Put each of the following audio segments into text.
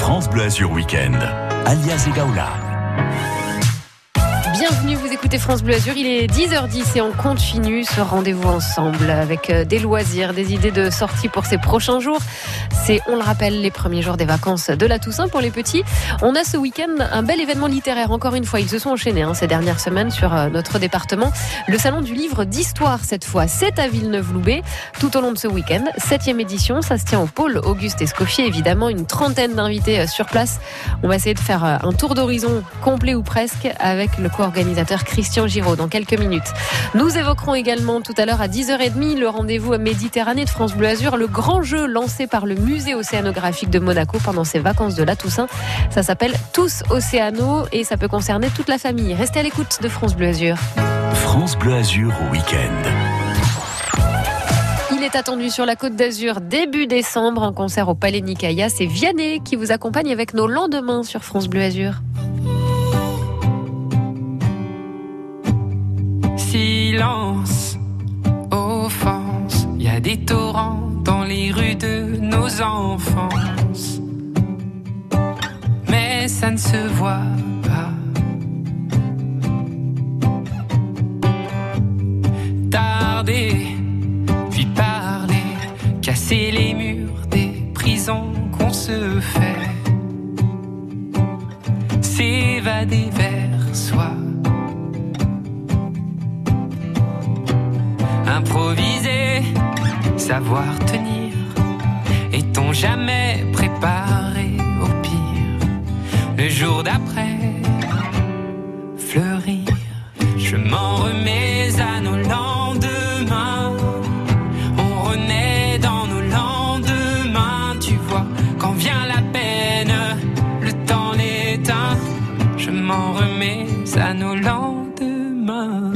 France Bleu Azur Week-end, alias Egaula. Bienvenue, vous écoutez France Bleu Azur, il est 10h10 et on continue ce rendez-vous ensemble avec des loisirs, des idées de sortie pour ces prochains jours. C'est, on le rappelle, les premiers jours des vacances de la Toussaint pour les petits. On a ce week-end un bel événement littéraire, encore une fois, ils se sont enchaînés ces dernières semaines sur notre département. Le salon du livre d'histoire cette fois, c'est à Villeneuve-Loubet, tout au long de ce week-end. 7e édition, ça se tient au pôle Auguste Escoffier, évidemment, une trentaine d'invités sur place. On va essayer de faire un tour d'horizon complet ou presque avec le co-organisateur Christian Giraud dans quelques minutes. Nous évoquerons également tout à l'heure à 10h30 le rendez-vous à Méditerranée de France Bleu Azur, le grand jeu lancé par le musée océanographique de Monaco pendant ses vacances de la Toussaint. Ça s'appelle Tous Océano et ça peut concerner toute la famille. Restez à l'écoute de France Bleu Azur. France Bleu Azur au week-end. Il est attendu sur la Côte d'Azur début décembre en concert au Palais Nicaïa. C'est Vianney qui vous accompagne avec nos lendemains sur France Bleu Azur. Silence, offense, il y a des torrents dans les rues de nos enfances, mais ça ne se voit pas. Tarder, puis parler, casser les murs des prisons qu'on se fait, s'évader vers soi. Improviser, savoir tenir, est-on jamais préparé au pire? Le jour d'après, fleurir, je m'en remets à nos lendemains. On renaît dans nos lendemains, tu vois, quand vient la peine, le temps l'éteint. Je m'en remets à nos lendemains.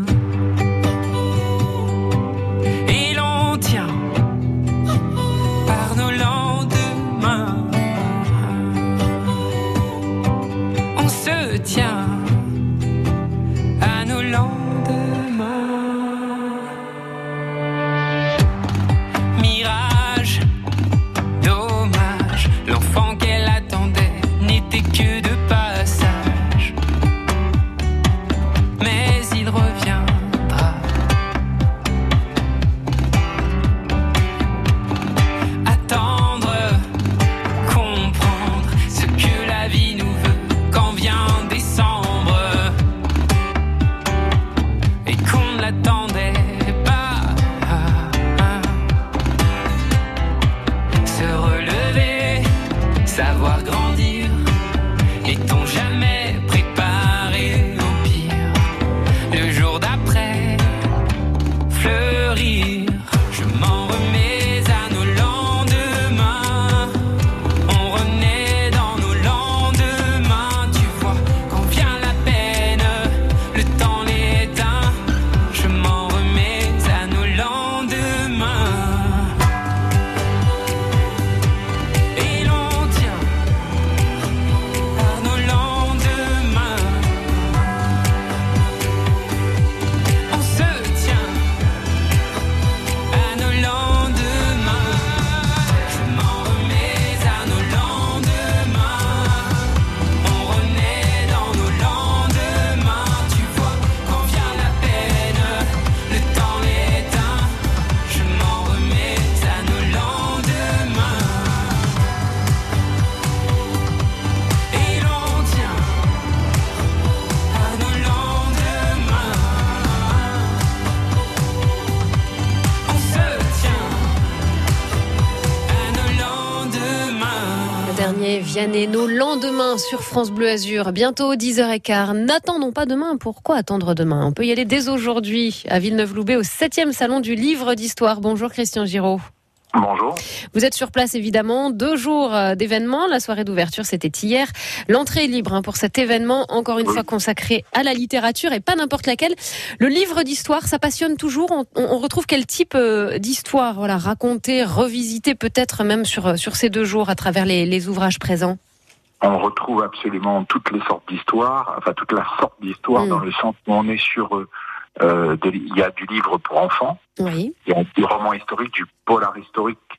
Vianney, nos lendemains sur France Bleu Azur, bientôt 10h15. N'attendons pas demain, pourquoi attendre demain? On peut y aller dès aujourd'hui à Villeneuve-Loubet au 7e salon du livre d'histoire. Bonjour Christian Giraud. Bonjour. Vous êtes sur place évidemment, 2 jours d'événement, la soirée d'ouverture c'était hier. L'entrée est libre pour cet événement, encore une fois consacré à la littérature et pas n'importe laquelle. Le livre d'histoire, ça passionne toujours, on retrouve quel type d'histoire racontée, revisitée peut-être même sur ces 2 jours à travers les ouvrages présents? On retrouve absolument toutes les sortes d'histoires, enfin toute la sorte d'histoire dans le sens où on est sur... il y a du livre pour enfants, oui. Il y a du roman historique, du polar historique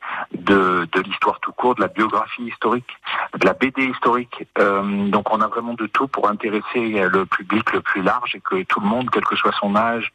de l'histoire tout court, de la biographie historique, de la BD historique. Donc on a vraiment de tout pour intéresser le public le plus large et que tout le monde, quel que soit son âge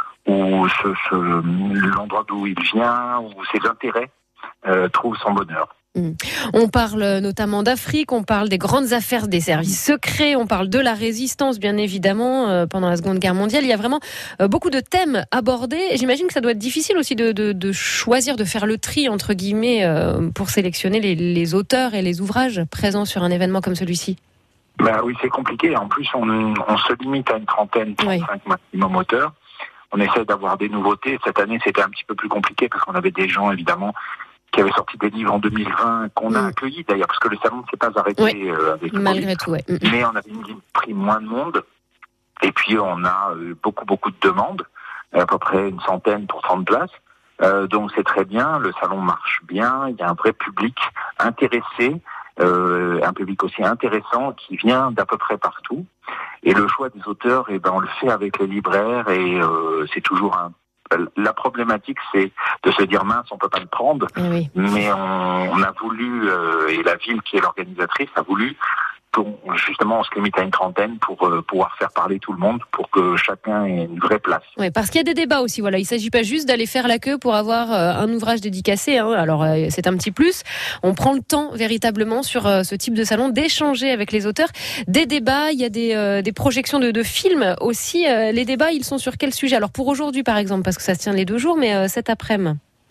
ou l'endroit d'où il vient ou ses intérêts, trouve son bonheur. On parle notamment d'Afrique, on parle des grandes affaires des services secrets, on parle de la résistance, bien évidemment, pendant la Seconde Guerre mondiale. Il y a vraiment beaucoup de thèmes abordés. J'imagine que ça doit être difficile aussi de choisir, de faire le tri, entre guillemets, pour sélectionner les auteurs et les ouvrages présents sur un événement comme celui-ci. Ben oui, c'est compliqué. En plus, on se limite à une trentaine, 35 maximum auteurs. On essaie d'avoir des nouveautés. Cette année, c'était un petit peu plus compliqué parce qu'on avait des gens, évidemment, qui avait sorti des livres en 2020, qu'on a accueillis d'ailleurs, parce que le salon ne s'est pas arrêté avec le malgré Covid, tout, mais on avait pris moins de monde, et puis on a beaucoup de demandes, à peu près une centaine pour 30 places, donc c'est très bien, le salon marche bien, il y a un vrai public intéressé, un public aussi intéressant qui vient d'à peu près partout, et le choix des auteurs, on le fait avec les libraires, et c'est toujours la problématique, c'est de se dire mince, on peut pas le prendre, mais on a voulu, et la ville qui est l'organisatrice a voulu, justement on se limite à une trentaine pour pouvoir faire parler tout le monde, pour que chacun ait une vraie place. Oui, parce qu'il y a des débats aussi, voilà. Il ne s'agit pas juste d'aller faire la queue pour avoir un ouvrage dédicacé, hein. Alors c'est un petit plus. On prend le temps véritablement sur ce type de salon d'échanger avec les auteurs. Des débats, il y a des projections de films aussi. Les débats, ils sont sur quel sujet? Alors pour aujourd'hui par exemple, parce que ça se tient les 2 jours, mais cet après-midi.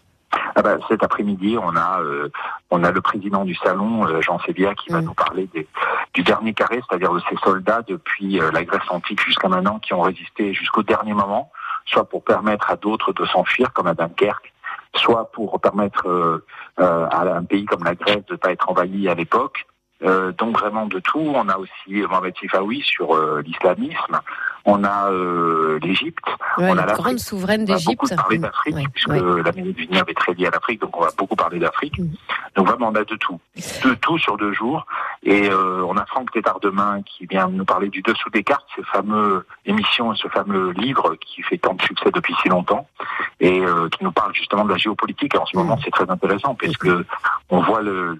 Cet après-midi, on a le président du salon, Jean Sévilla, qui va nous parler du dernier carré, c'est-à-dire de ces soldats depuis la Grèce antique jusqu'à maintenant qui ont résisté jusqu'au dernier moment, soit pour permettre à d'autres de s'enfuir, comme à Dunkerque, soit pour permettre à un pays comme la Grèce de ne pas être envahi à l'époque. Donc vraiment de tout. On a aussi Mohamed Sifawi sur l'islamisme. On a l'Égypte. Ouais, on la a l'Afrique. grande souveraine d'Égypte. On va beaucoup parler d'Afrique, puisque l'Amérique du Nord est très liée à l'Afrique, donc on va beaucoup parler d'Afrique. Donc vraiment, on a de tout. De tout sur 2 jours. Et on a Franck Tétard-Demain qui vient nous parler du Dessous des cartes, ces fameuses émissions et ce fameux livre qui fait tant de succès depuis si longtemps, et qui nous parle justement de la géopolitique. Et en ce moment, c'est très intéressant, puisque on voit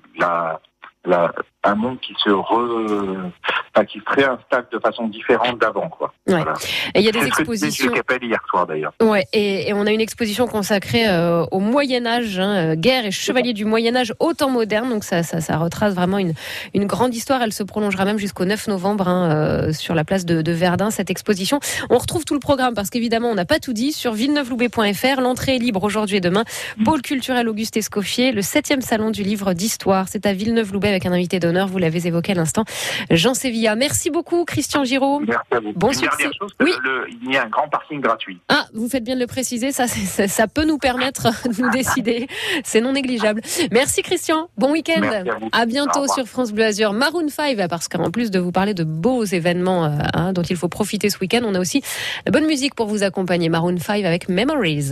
un monde qui se réinstalle de façon différente d'avant, quoi. Ouais. Voilà. Et il y a des expositions. C'est hier soir d'ailleurs. Ouais, et on a une exposition consacrée au Moyen-Âge, guerre et chevaliers du Moyen-Âge au temps moderne. Donc ça retrace vraiment une grande histoire. Elle se prolongera même jusqu'au 9 novembre sur la place de Verdun, cette exposition. On retrouve tout le programme parce qu'évidemment, on n'a pas tout dit sur villeneuve-loubet.fr. L'entrée est libre aujourd'hui et demain. Pôle culturel Auguste Escoffier, le 7e salon du livre d'histoire. C'est à Villeneuve-Loubet avec un invité d'honneur. Vous l'avez évoqué à l'instant, Jean Sévilla. Merci beaucoup, Christian Giraud. Merci à vous. Bon Une succès. dernière chose, Oui. il y a un grand parking gratuit. Ah, vous faites bien de le préciser, ça peut nous permettre de nous décider. C'est non négligeable. Merci Christian, bon week-end. Merci à vous. À bientôt sur France Bleu Azur. Maroon 5, parce qu'en plus de vous parler de beaux événements dont il faut profiter ce week-end, on a aussi la bonne musique pour vous accompagner. Maroon 5 avec Memories.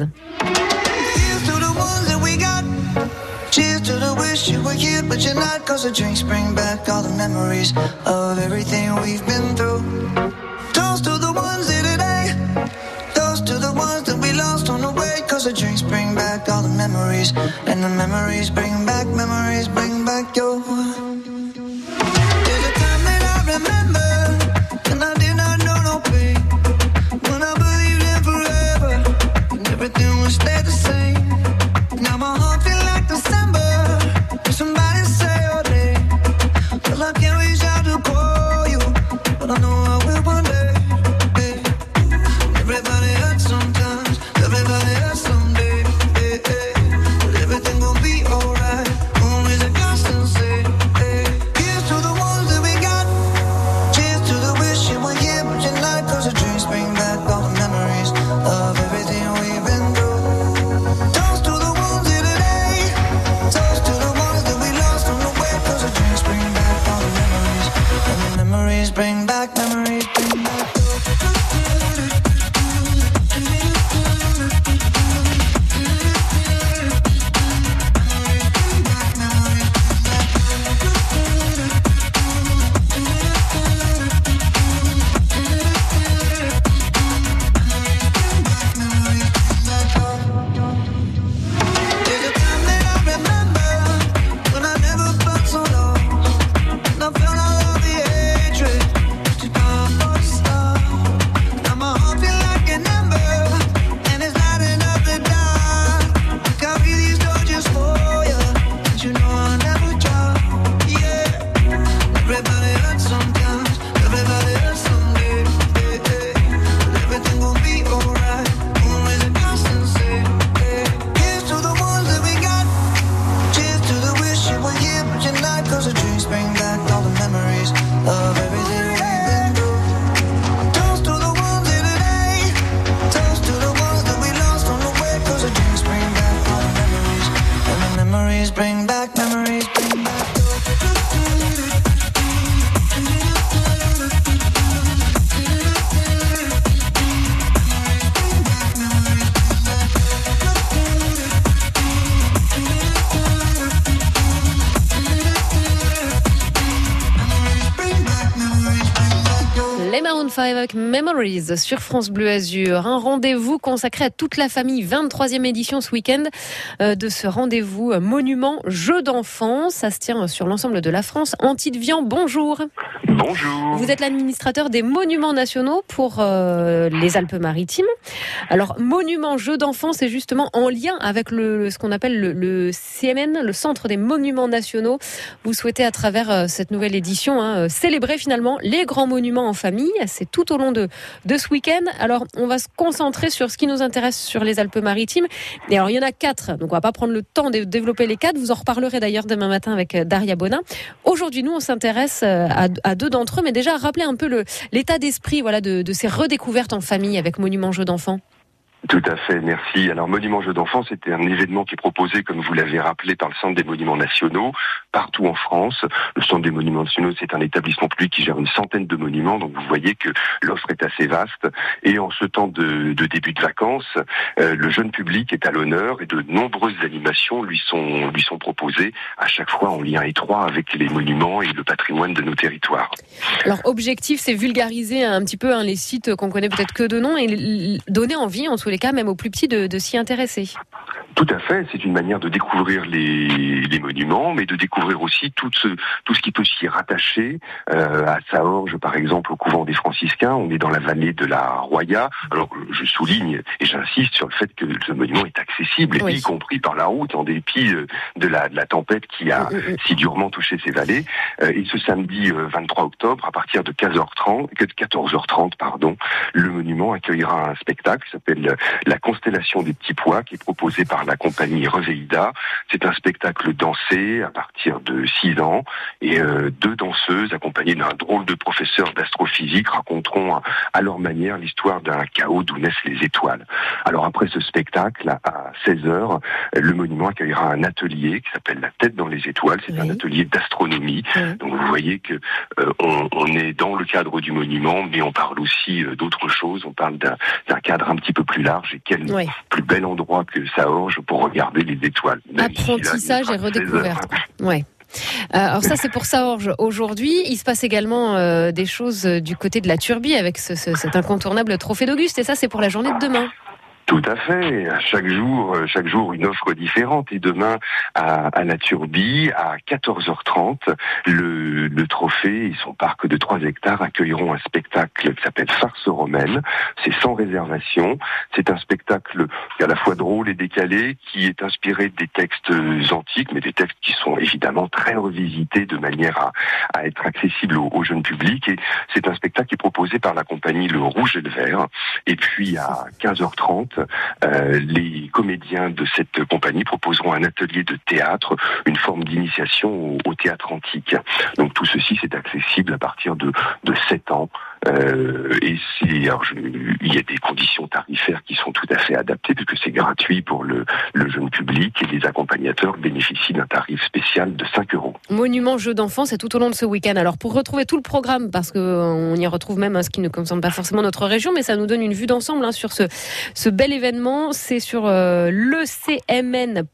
Cheers to the wish you were here, but you're not. Cause the drinks bring back all the memories of everything we've been through. Toast to the ones here today. Toast to the ones that we lost on the way. Cause the drinks bring back all the memories. And the memories bring back your. There's a time that I remember, and I did not know no pain. When I believed in forever, and everything would stay the same. Now my heart feels like December. Somebody say your name. Well, I can't reach out to call you, but I know I will one day. Hey. Everybody hurts sometimes, everybody hurts someday. Hey, hey. But everything gon' be alright. Always a constancy. Maroon 5 avec Memories sur France Bleu Azur. Un rendez-vous consacré à toute la famille, 23e édition ce week-end de ce rendez-vous monument jeux d'enfants. Ça se tient sur l'ensemble de la France. Antide Vian, bonjour. Bonjour. Vous êtes l'administrateur des monuments nationaux pour les Alpes-Maritimes. Alors, monument jeux d'enfants, c'est justement en lien avec ce qu'on appelle le CMN, le Centre des monuments nationaux. Vous souhaitez à travers cette nouvelle édition célébrer finalement les grands monuments en famille. C'est tout au long de ce week-end. Alors, on va se concentrer sur ce qui nous intéresse sur les Alpes-Maritimes. Et alors, il y en a 4, donc on va pas prendre le temps de développer les 4. Vous en reparlerez d'ailleurs demain matin avec Daria Bonin. Aujourd'hui, nous, on s'intéresse à 2 d'entre eux, mais déjà, rappeler un peu l'état d'esprit de ces redécouvertes en famille avec Monument Jeux d'enfants. Tout à fait, merci. Alors, Monument Jeux d'enfants, c'était un événement qui est proposé, comme vous l'avez rappelé, par le Centre des monuments nationaux, partout en France. Le Centre des monuments nationaux, c'est un établissement public qui gère une centaine de monuments, donc vous voyez que l'offre est assez vaste. Et en ce temps de début de vacances, le jeune public est à l'honneur et de nombreuses animations lui sont proposées, à chaque fois en lien étroit avec les monuments et le patrimoine de nos territoires. Alors, objectif, c'est vulgariser un petit peu les sites qu'on connaît peut-être que de nom et donner envie, en tous les cas, même aux plus petits, de s'y intéresser. Tout à fait, c'est une manière de découvrir les monuments, mais de découvrir aussi tout ce qui peut s'y rattacher. À Saorge, par exemple, au couvent des franciscains, on est dans la vallée de la Roya. Alors, je souligne et j'insiste sur le fait que ce monument est accessible, oui, y compris par la route, en dépit de la tempête qui a si durement touché ces vallées. Et ce samedi 23 octobre, à partir de 14h30, le monument accueillera un spectacle qui s'appelle La Constellation des Petits Pois, qui est proposé par la compagnie Reveïda. C'est un spectacle dansé à partir de 6 ans et 2 danseuses accompagnées d'un drôle de professeur d'astrophysique raconteront à leur manière l'histoire d'un chaos d'où naissent les étoiles. Alors après ce spectacle, à 16h, le monument accueillera un atelier qui s'appelle La Tête dans les étoiles. C'est un atelier d'astronomie. Donc vous voyez que on est dans le cadre du monument, mais on parle aussi d'autres choses. On parle d'un cadre un petit peu plus large. Et quel plus bel endroit que Saorge pour regarder les étoiles. Apprentissage et redécouverte. Ouais. Alors ça, c'est pour Saorge. Aujourd'hui, il se passe également des choses du côté de la Turbie avec cet incontournable trophée d'Auguste. Et ça, c'est pour la journée de demain. Tout à fait. Chaque jour, une offre différente. Et demain, à la Turbie, à 14h30, le trophée et son parc de 3 hectares accueilleront un spectacle qui s'appelle Farce romaine. C'est sans réservation. C'est un spectacle à la fois drôle et décalé, qui est inspiré des textes antiques, mais des textes qui sont évidemment très revisités de manière à être accessibles au jeune public. Et c'est un spectacle qui est proposé par la compagnie Le Rouge et le Vert. Et puis, à 15h30, les comédiens de cette compagnie proposeront un atelier de théâtre, une forme d'initiation au théâtre antique. Donc tout ceci, c'est accessible à partir de 7 ans. Et il y a des conditions tarifaires qui sont tout à fait adaptées, puisque c'est gratuit pour le jeune public et les accompagnateurs bénéficient d'un tarif spécial de 5 €. Monument Jeux d'enfants, c'est tout au long de ce week-end. Alors pour retrouver tout le programme, parce qu'on y retrouve même ce qui ne concerne pas forcément notre région, mais ça nous donne une vue d'ensemble sur ce bel événement, c'est sur lecmn.fr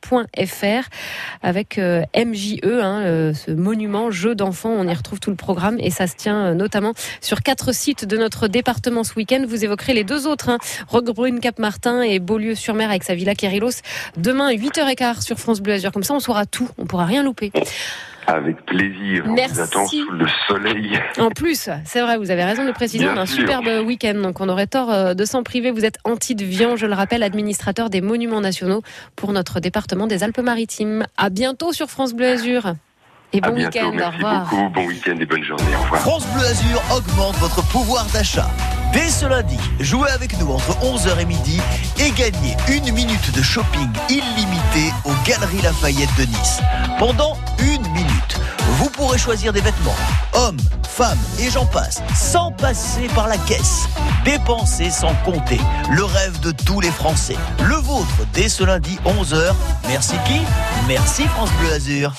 avec MJE, ce monument Jeux d'enfants. On y retrouve tout le programme et ça se tient notamment sur 4 sites de notre département ce week-end. Vous évoquerez les 2 autres, Roquebrune, Cap-Martin et Beaulieu-sur-Mer avec sa villa Kérilos. Demain, 8h15 sur France Bleu Azur. Comme ça, on saura tout. On ne pourra rien louper. Avec plaisir. Merci. On vous attend sous le soleil. En plus, c'est vrai, vous avez raison de le préciser. On a un superbe week-end, donc on aurait tort de s'en priver. Vous êtes Antide Vian, je le rappelle, administrateur des monuments nationaux pour notre département des Alpes-Maritimes. À bientôt sur France Bleu Azur. Et bon week-end, au revoir. Merci beaucoup, bon week-end et bonne journée, au revoir. France Bleu Azur augmente votre pouvoir d'achat. Dès ce lundi, jouez avec nous entre 11h et midi et gagnez 1 minute de shopping illimité aux Galeries Lafayette de Nice. Pendant 1 minute, vous pourrez choisir des vêtements, hommes, femmes et j'en passe, sans passer par la caisse. Dépenser sans compter, le rêve de tous les Français. Le vôtre dès ce lundi 11h. Merci qui ? Merci France Bleu Azur.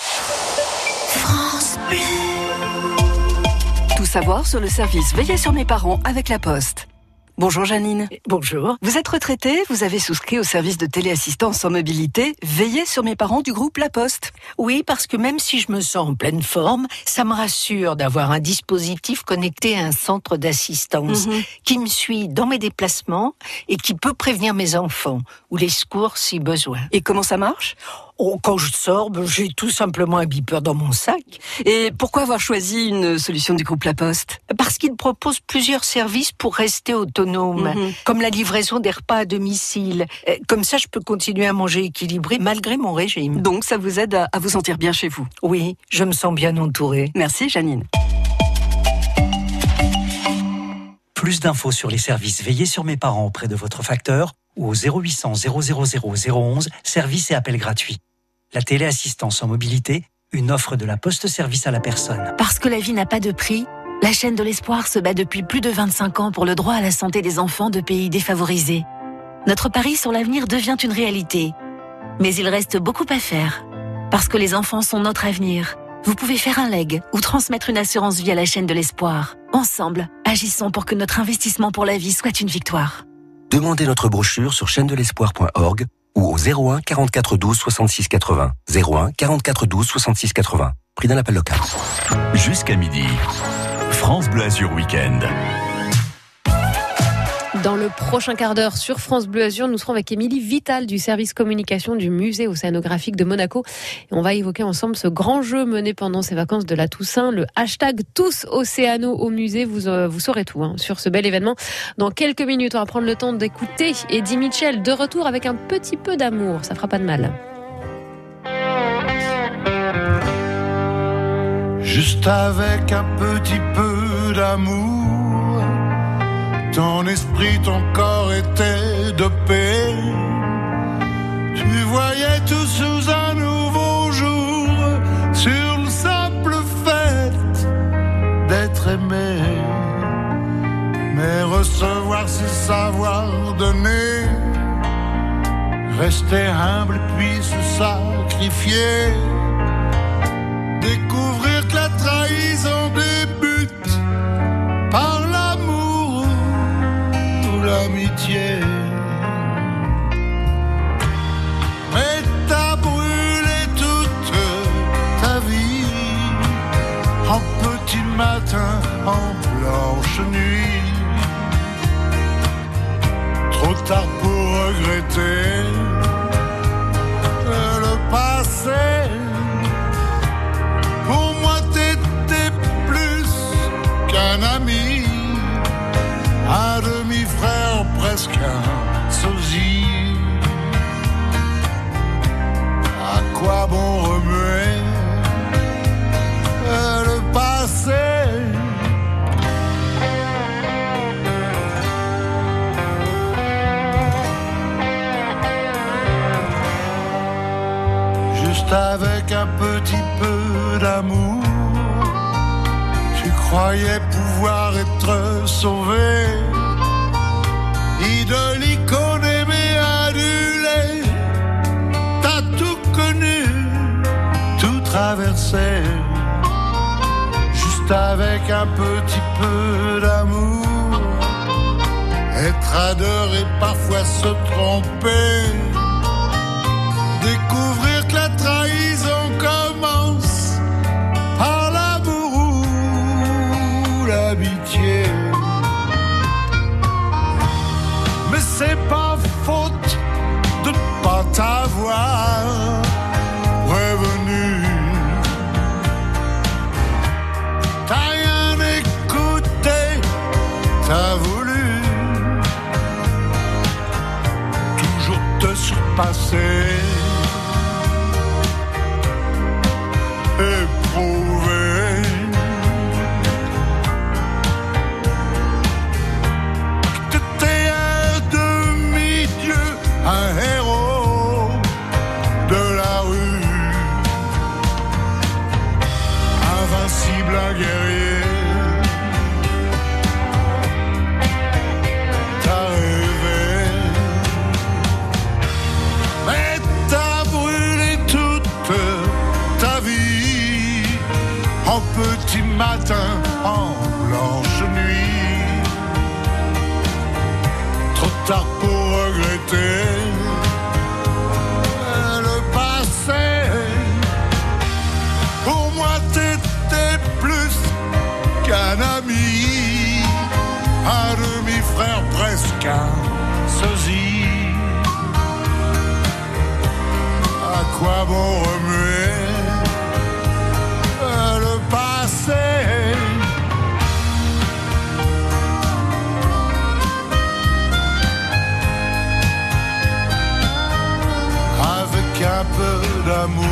France Bleu. Tout savoir sur le service Veillez sur mes parents avec La Poste. Bonjour Janine. Bonjour. Vous êtes retraitée, vous avez souscrit au service de téléassistance en mobilité Veillez sur mes parents du groupe La Poste. Oui, parce que même si je me sens en pleine forme, ça me rassure d'avoir un dispositif connecté à un centre d'assistance qui me suit dans mes déplacements et qui peut prévenir mes enfants ou les secours si besoin. Et comment ça marche ? Quand je sors, j'ai tout simplement un beeper dans mon sac. Et pourquoi avoir choisi une solution du groupe La Poste ? Parce qu'il propose plusieurs services pour rester autonome, comme la livraison des repas à domicile. Comme ça, je peux continuer à manger équilibré malgré mon régime. Donc ça vous aide à vous sentir bien chez vous ? Oui, je me sens bien entourée. Merci Janine. Plus d'infos sur les services Veillez sur mes parents auprès de votre facteur ou au 0800 000 011, service et appel gratuit. La téléassistance en mobilité, une offre de la Poste Service à la personne. Parce que la vie n'a pas de prix, la chaîne de l'espoir se bat depuis plus de 25 ans pour le droit à la santé des enfants de pays défavorisés. Notre pari sur l'avenir devient une réalité. Mais il reste beaucoup à faire. Parce que les enfants sont notre avenir. Vous pouvez faire un leg ou transmettre une assurance vie à la chaîne de l'espoir. Ensemble, agissons pour que notre investissement pour la vie soit une victoire. Demandez notre brochure sur chaîne-de-l'espoir.org ou au 01 44 12 66 80. 01 44 12 66 80. Prix d'un appel local. Jusqu'à midi. France Bleu Azur Week-end. Dans le prochain quart d'heure sur France Bleu Azur, nous serons avec Émilie Vital du service communication du musée océanographique de Monaco. Et on va évoquer ensemble ce grand jeu mené pendant ces vacances de la Toussaint, le hashtag Tous Océano au musée. Vous saurez tout sur ce bel événement. Dans quelques minutes, on va prendre le temps d'écouter Eddie Mitchell de retour avec un petit peu d'amour. Ça fera pas de mal. Juste avec un petit peu d'amour, ton esprit, ton corps était dopé. Tu voyais tout sous un nouveau jour, sur le simple fait d'être aimé. Mais recevoir, c'est savoir donner. Rester humble puis se sacrifier. Découvrir que la trahison débute par l'amour ou l'amitié. Mais t'as brûlé toute ta vie en petit matin, en blanche nuit. Trop tard pour regretter le passé. Pour moi t'étais plus qu'un ami, un demi-frère, presque un sosie. À quoi bon remuer le passé? Juste avec un petit peu d'amour, tu croyais pouvoir être sauvé. Idole, icône, aimé, adulé, t'as tout connu, tout traversé. Juste avec un petit peu d'amour, être adoré, parfois se tromper. Découvrir que la trahison commence par l'amour ou l'amitié. Mais c'est pas faute de ne pas t'avoir prévenu. T'as rien écouté, t'as voulu toujours te surpasser. Éprouvé, t'étais un demi-dieu, un héros de la rue, invincible, un guerrier. T'as rêvé, mais t'as brûlé toute ta vie en petit matin, en blanche nuit. tard pour regretter le passé. Pour moi t'étais plus qu'un ami, un demi-frère, presque un sosie. À quoi bon remuer le passé? Avec un peu d'amour.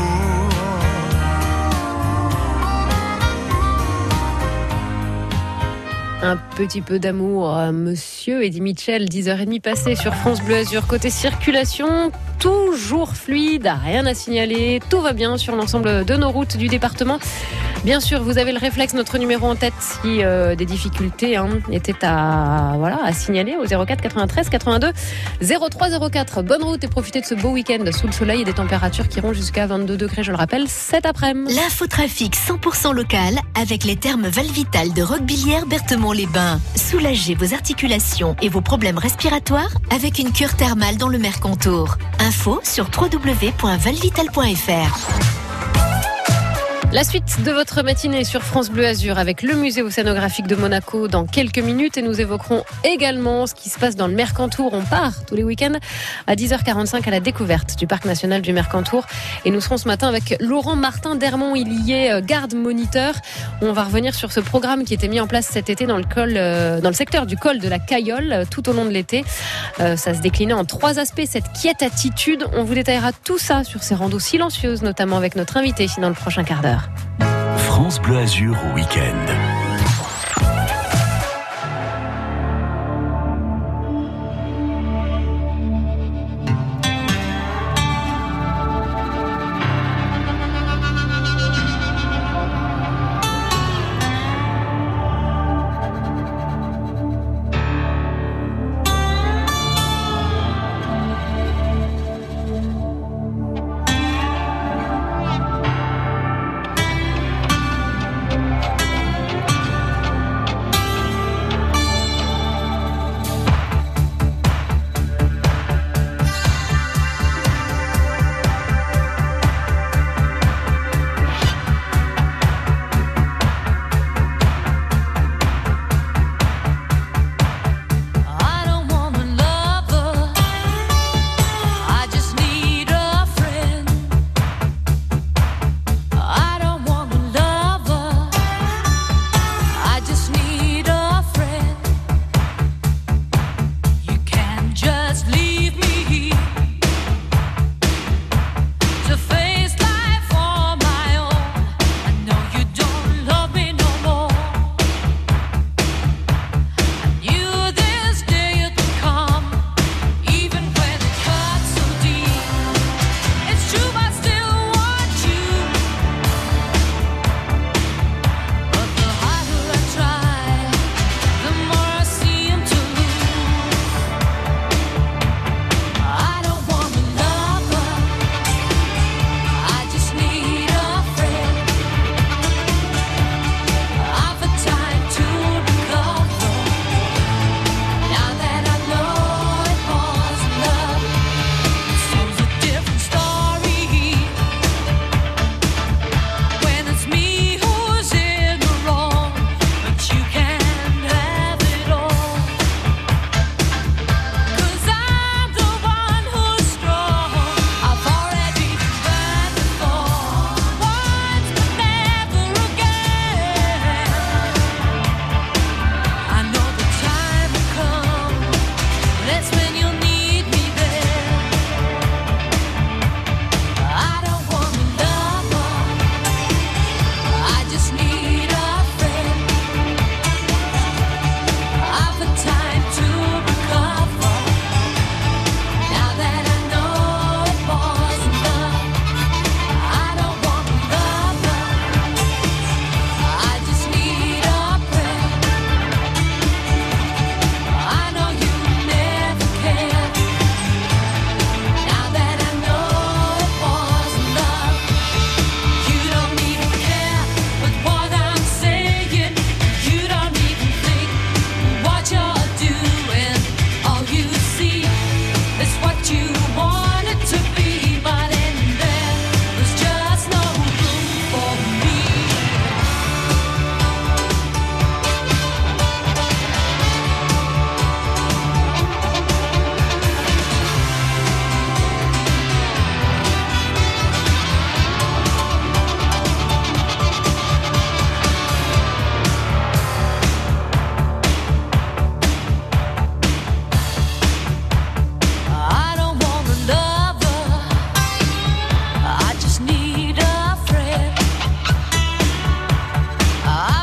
Un petit peu d'amour, monsieur Eddie Mitchell, 10h30 passées sur France Bleu Azur. Côté circulation, toujours fluide, rien à signaler, tout va bien sur l'ensemble de nos routes du département. Bien sûr, vous avez le réflexe, notre numéro en tête, si des difficultés étaient à signaler au 04 93 82 03 04. Bonne route et profitez de ce beau week-end sous le soleil et des températures qui iront jusqu'à 22 degrés, je le rappelle, cet après-midi. L'infotrafic 100% local avec les thermes Valvital de Roquebillière-Berthemont-les-Bains. Soulagez vos articulations et vos problèmes respiratoires avec une cure thermale dans le Mercantour. Info sur www.valvital.fr. La suite de votre matinée sur France Bleu Azur avec le musée océanographique de Monaco dans quelques minutes et nous évoquerons également ce qui se passe dans le Mercantour. On part tous les week-ends à 10h45 à la découverte du parc national du Mercantour et nous serons ce matin avec Laurent Martin d'Hermont. Il y est garde moniteur. On va revenir sur ce programme qui était mis en place cet été dans le secteur du col de la Cayolle tout au long de l'été. Ça se déclinait en 3 aspects, cette quiète attitude. On vous détaillera tout ça sur ces randos silencieuses, notamment avec notre invité dans le prochain quart d'heure. France Bleu Azur au week-end.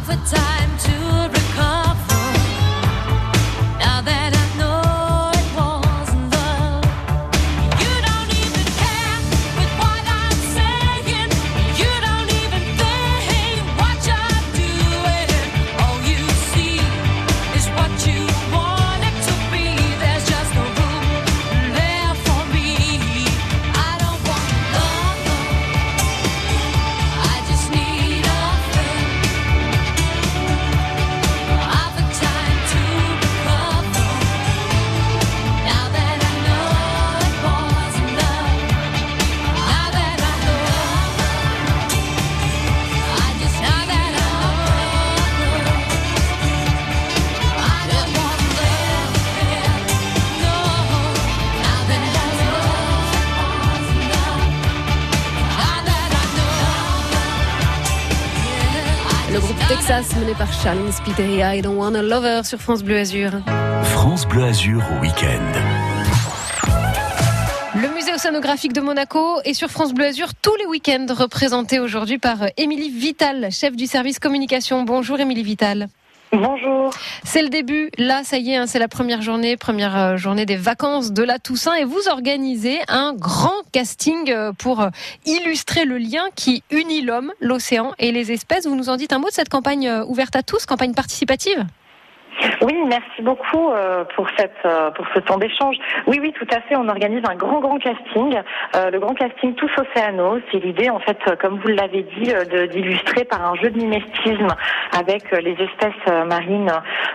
Texas, mené par Charline Spiteri et Don't Want a Lover sur France Bleu Azur. France Bleu Azur au week-end. Le musée océanographique de Monaco est sur France Bleu Azur tous les week-ends, représenté aujourd'hui par Émilie Vital, chef du service communication. Bonjour Émilie Vital. Bonjour. C'est le début, là ça y est, c'est la première journée des vacances de la Toussaint et vous organisez un grand casting pour illustrer le lien qui unit l'homme, l'océan et les espèces. Vous nous en dites un mot de cette campagne ouverte à tous, campagne participative ? Oui, merci beaucoup pour ce temps d'échange. Oui, tout à fait. On organise un grand casting, le grand casting Tous Océanos. C'est l'idée, en fait, comme vous l'avez dit, d'illustrer par un jeu de mimétisme avec les espèces marines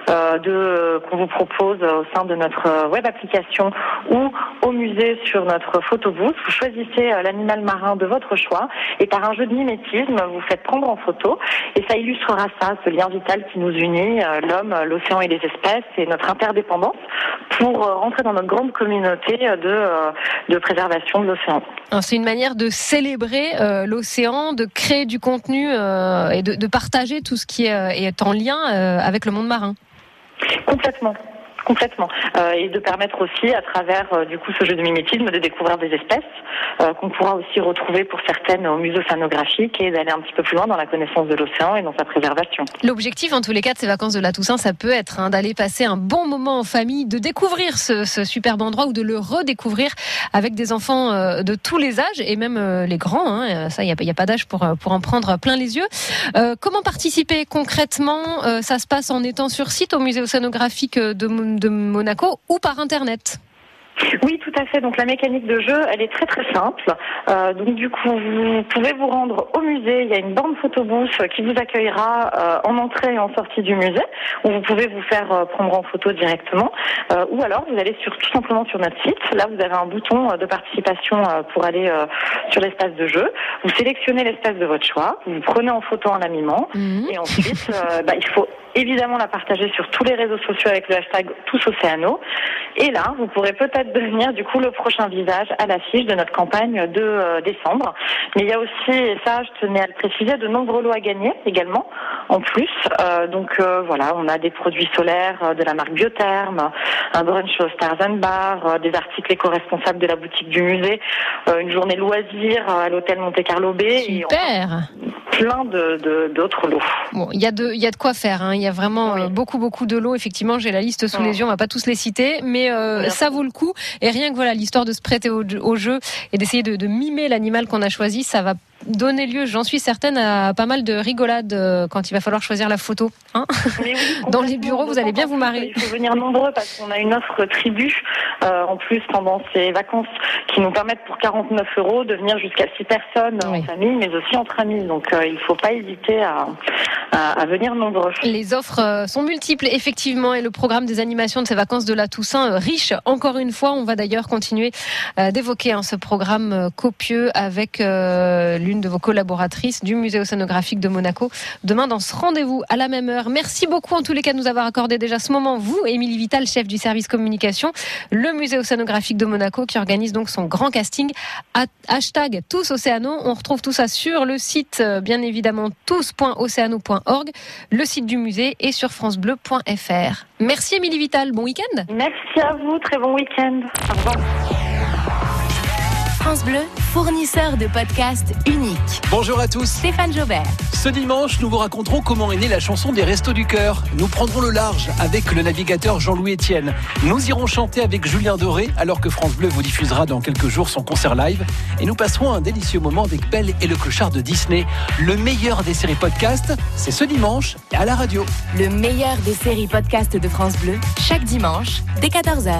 qu'on vous propose au sein de notre web application ou au musée sur notre photobooth. Vous choisissez l'animal marin de votre choix et par un jeu de mimétisme, vous faites prendre en photo et ça illustrera ça, ce lien vital qui nous unit, l'homme, l'océan et les espèces et notre interdépendance pour rentrer dans notre grande communauté de préservation de l'océan. Alors, c'est une manière de célébrer l'océan, de créer du contenu et de partager tout ce qui est en lien avec le monde marin. Complètement. Et de permettre aussi, à travers ce jeu de mimétisme, de découvrir des espèces qu'on pourra aussi retrouver pour certaines au musée océanographique et d'aller un petit peu plus loin dans la connaissance de l'océan et dans sa préservation. L'objectif, en tous les cas, de ces vacances de la Toussaint, ça peut être d'aller passer un bon moment en famille, de découvrir ce superbe endroit ou de le redécouvrir avec des enfants de tous les âges et même les grands. Ça, il n'y a pas d'âge pour en prendre plein les yeux. Comment participer concrètement ? Ça se passe en étant sur site au musée océanographique de Monaco ou par Internet ? Oui, tout à fait. Donc la mécanique de jeu, elle est très simple. Donc du coup, vous pouvez vous rendre au musée. Il y a une borne photobooth qui vous accueillera en entrée et en sortie du musée, où vous pouvez vous faire prendre en photo directement. Ou alors, vous allez tout simplement sur notre site. Là, vous avez un bouton de participation pour aller sur l'espace de jeu. Vous sélectionnez l'espace de votre choix. Vous prenez en photo en la mimant. Et ensuite, il faut évidemment la partager sur tous les réseaux sociaux avec le hashtag TousOcéanos. Et là, vous pourrez peut-être devenir du coup le prochain visage à l'affiche de notre campagne de décembre. Mais il y a aussi, et ça je tenais à le préciser, de nombreux lots à gagner également en plus. Voilà, on a des produits solaires de la marque Biotherme, un brunch au Stars & Bar, des articles éco-responsables de la boutique du musée, une journée loisirs à l'hôtel Monte Carlo Bay. Super. Et plein d'autres lots. Bon, il y a de quoi faire. Il y a vraiment beaucoup de lots. Effectivement, j'ai la liste sous les yeux. On va pas tous les citer, mais ça vaut le coup. Et rien que l'histoire de se prêter au jeu et d'essayer de mimer l'animal qu'on a choisi, ça va donner lieu, j'en suis certaine, à pas mal de rigolades quand il va falloir choisir la photo. Dans les bureaux, vous allez bien vous marrer. Il faut venir nombreux parce qu'on a une offre tribu en plus pendant ces vacances qui nous permettent pour 49 € de venir jusqu'à 6 personnes en famille, mais aussi entre amis. Donc il ne faut pas hésiter à venir nombreux. Les offres sont multiples, effectivement, et le programme des animations de ces vacances de la Toussaint riche. Encore une fois, on va d'ailleurs continuer d'évoquer ce programme copieux avec l'une de vos collaboratrices du musée océanographique de Monaco demain dans ce rendez-vous à la même heure. Merci beaucoup en tous les cas de nous avoir accordé déjà ce moment, vous, Émilie Vital, chef du service communication, le musée océanographique de Monaco qui organise donc son grand casting hashtag TousOcéanos. On retrouve tout ça sur le site, bien évidemment, tous.oceanos.org, le site du musée et sur francebleu.fr. Merci Émilie Vital, bon week-end. Merci à vous, très bon week-end. Au revoir. France Bleu, fournisseur de podcasts unique. Bonjour à tous. Stéphane Jobert. Ce dimanche, nous vous raconterons comment est née la chanson des Restos du Cœur. Nous prendrons le large avec le navigateur Jean-Louis Etienne. Nous irons chanter avec Julien Doré, alors que France Bleu vous diffusera dans quelques jours son concert live. Et nous passerons un délicieux moment avec Belle et le clochard de Disney. Le meilleur des séries podcast, c'est ce dimanche à la radio. Le meilleur des séries podcast de France Bleu, chaque dimanche, dès 14h.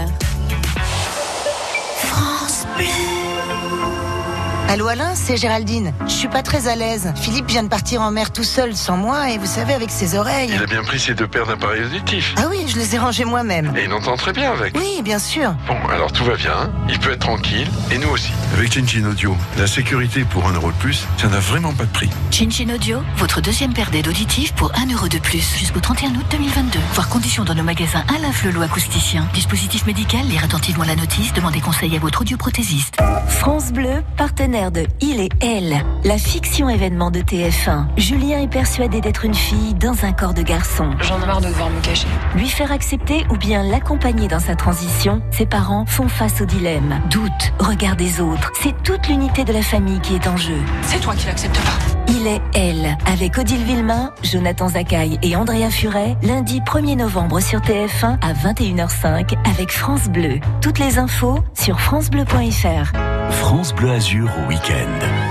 France Bleu. Allô Alain, c'est Géraldine. Je suis pas très à l'aise. Philippe vient de partir en mer tout seul sans moi et vous savez avec ses oreilles. Il a bien pris ses 2 paires d'appareils auditifs. Ah oui, je les ai rangés moi-même. Et il entend très bien avec. Oui, bien sûr. Bon, alors tout va bien, il peut être tranquille, et nous aussi. Avec Cincin Audio, la sécurité pour 1 euro de plus, ça n'a vraiment pas de prix. Cincin Audio, votre deuxième paire d'aides auditives pour 1 euro de plus jusqu'au 31 août 2022. Voir conditions dans nos magasins Alain Flelot acousticien. Dispositif médical, lire attentivement la notice, demandez conseil à votre audioprothésiste. France Bleu, partenaire de Il et Elle, la fiction événement de TF1. Julien est persuadé d'être une fille dans un corps de garçon. J'en ai marre de devoir me cacher. Lui faire accepter ou bien l'accompagner dans sa transition, ses parents font face au dilemme. Doute, regard des autres, c'est toute l'unité de la famille qui est en jeu. C'est toi qui l'acceptes pas. Il est Elle, avec Odile Villemain, Jonathan Zakaï et Andrea Furet, lundi 1er novembre sur TF1 à 21h05 avec France Bleu. Toutes les infos sur francebleu.fr. France Bleu Azur au week-end.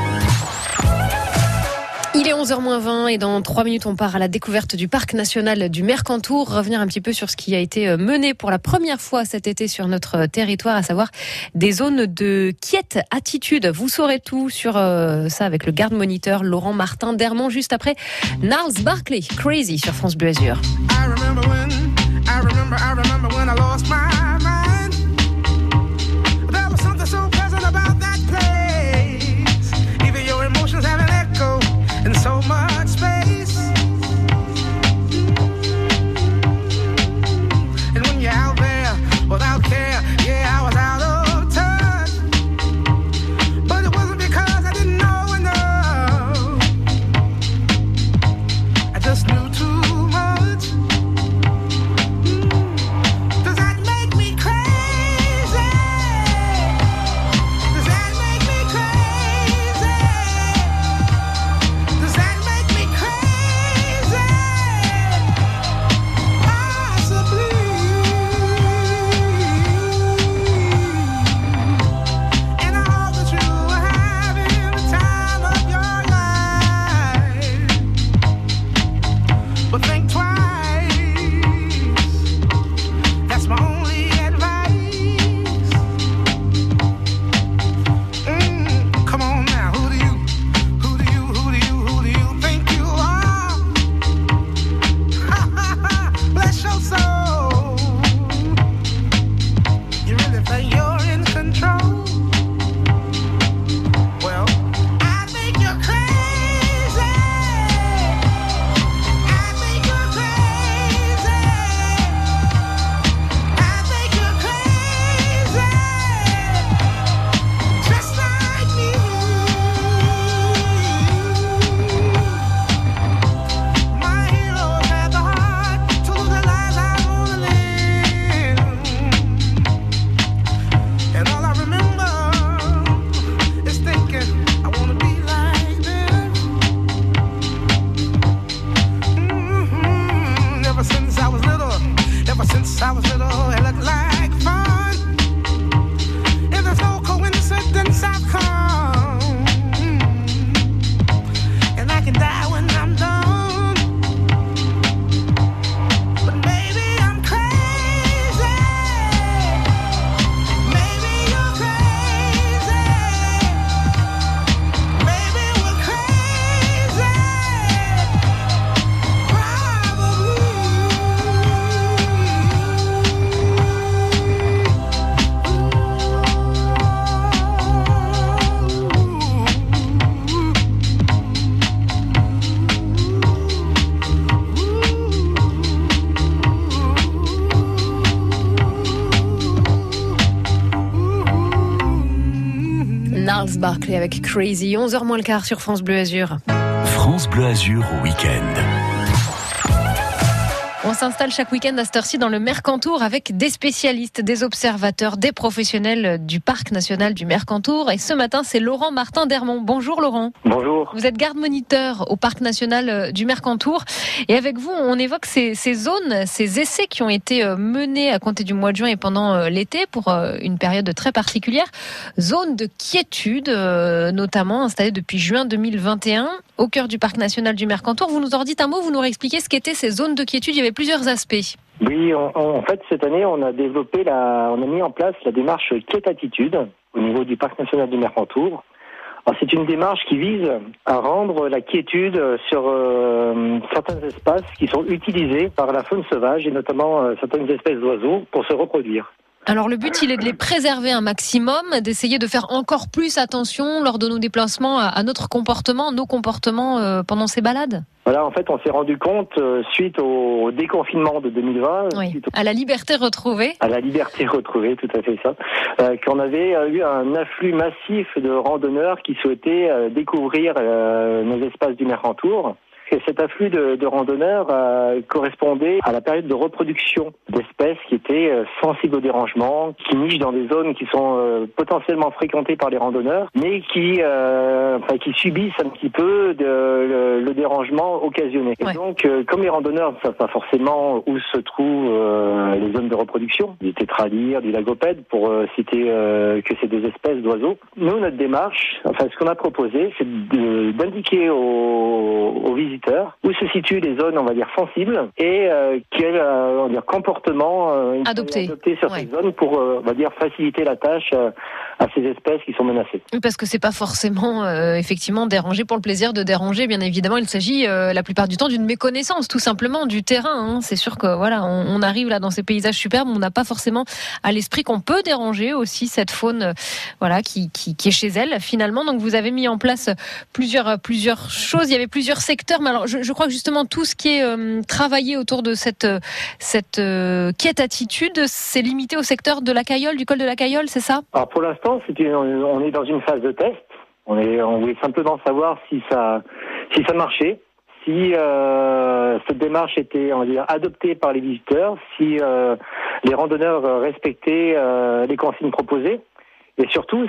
Il est 11h-20 et dans 3 minutes, on part à la découverte du parc national du Mercantour. Revenir un petit peu sur ce qui a été mené pour la première fois cet été sur notre territoire, à savoir des zones de quiète attitude. Vous saurez tout sur ça avec le garde-moniteur Laurent Martin d'Hermont juste après Gnarls Barkley, Crazy sur France Bleu Azur. I remember when I lost my mind. There was something so pleasant about that place. Even your emotions have an echo in so much space. And when you're out there without care, yeah, I was out of touch. But it wasn't because I didn't know enough. I just knew too much. Does that make me crazy? Does that make me crazy? Does that make me crazy? Possibly. And I hope that you are having the time of your life. But think twice. That's my only advice. Come on now, who do you think you are? Bless your soul. You really think you're in control? Well, I think you're crazy. I think you're crazy. I think you're crazy. Just like me. My heroes had the heart to live the lives I wanna live. And all I remember is thinking I wanna be like them. Ever since I was little, it looked like fun. If there's no coincidence, I've come. And I can die when I'm done. But maybe I'm crazy. Maybe you're crazy. Maybe we're crazy. Gnarls Barkley avec Crazy, 11h moins le quart sur France Bleu Azur. France Bleu Azur au week-end. On s'installe chaque week-end à cette heure-ci dans le Mercantour avec des spécialistes, des observateurs, des professionnels du Parc national du Mercantour. Et ce matin, c'est Laurent Martin d'Ermont. Bonjour Laurent. Bonjour. Vous êtes garde-moniteur au Parc national du Mercantour. Et avec vous, on évoque ces zones, ces essais qui ont été menés à compter du mois de juin et pendant l'été pour une période très particulière. Zone de quiétude, notamment installée depuis juin 2021 au cœur du Parc national du Mercantour. Vous nous en dites un mot, vous nous réexpliquez ce qu'étaient ces zones de quiétude. Il y avait plusieurs aspects. Oui, en fait, cette année, on a mis en place la démarche Quiétatitude au niveau du Parc national du Mercantour. Alors, c'est une démarche qui vise à rendre la quiétude sur certains espaces qui sont utilisés par la faune sauvage et notamment certaines espèces d'oiseaux pour se reproduire. Alors le but, il est de les préserver un maximum, d'essayer de faire encore plus attention lors de nos déplacements à notre comportement, nos comportements pendant ces balades. Voilà, en fait, on s'est rendu compte suite au déconfinement de 2020, à la liberté retrouvée. À la liberté retrouvée, tout à fait ça, qu'on avait eu un afflux massif de randonneurs qui souhaitaient découvrir nos espaces du Mercantour. Et cet afflux de randonneurs correspondait à la période de reproduction d'espèces qui étaient sensibles au dérangement, qui nichent dans des zones qui sont potentiellement fréquentées par les randonneurs, mais qui subissent un petit peu le dérangement occasionné. Et donc, comme les randonneurs ne savent pas forcément où se trouvent les zones de reproduction, du tétralyre, du lagopède, pour citer que c'est des espèces d'oiseaux, nous, notre démarche, ce qu'on a proposé, c'est d'indiquer aux visiteurs où se situent les zones, on va dire, sensibles et quel comportement adopter sur ces zones pour, on va dire, faciliter la tâche à ces espèces qui sont menacées. Oui, parce que c'est pas forcément effectivement déranger pour le plaisir de déranger. Bien évidemment, il s'agit la plupart du temps d'une méconnaissance, tout simplement, du terrain. C'est sûr que voilà, on arrive là dans ces paysages superbes, on n'a pas forcément à l'esprit qu'on peut déranger aussi cette faune, qui est chez elle finalement. Donc vous avez mis en place plusieurs choses. Il y avait plusieurs secteurs. Mais alors, je crois que justement tout ce qui est travaillé autour de cette quiétatitude, c'est limité au secteur de la Cayolle, du col de la Cayolle, c'est ça ? Alors pour l'instant, on est dans une phase de test. On voulait simplement savoir si ça marchait, si cette démarche était, on va dire, adoptée par les visiteurs, si les randonneurs respectaient les consignes proposées. Et surtout,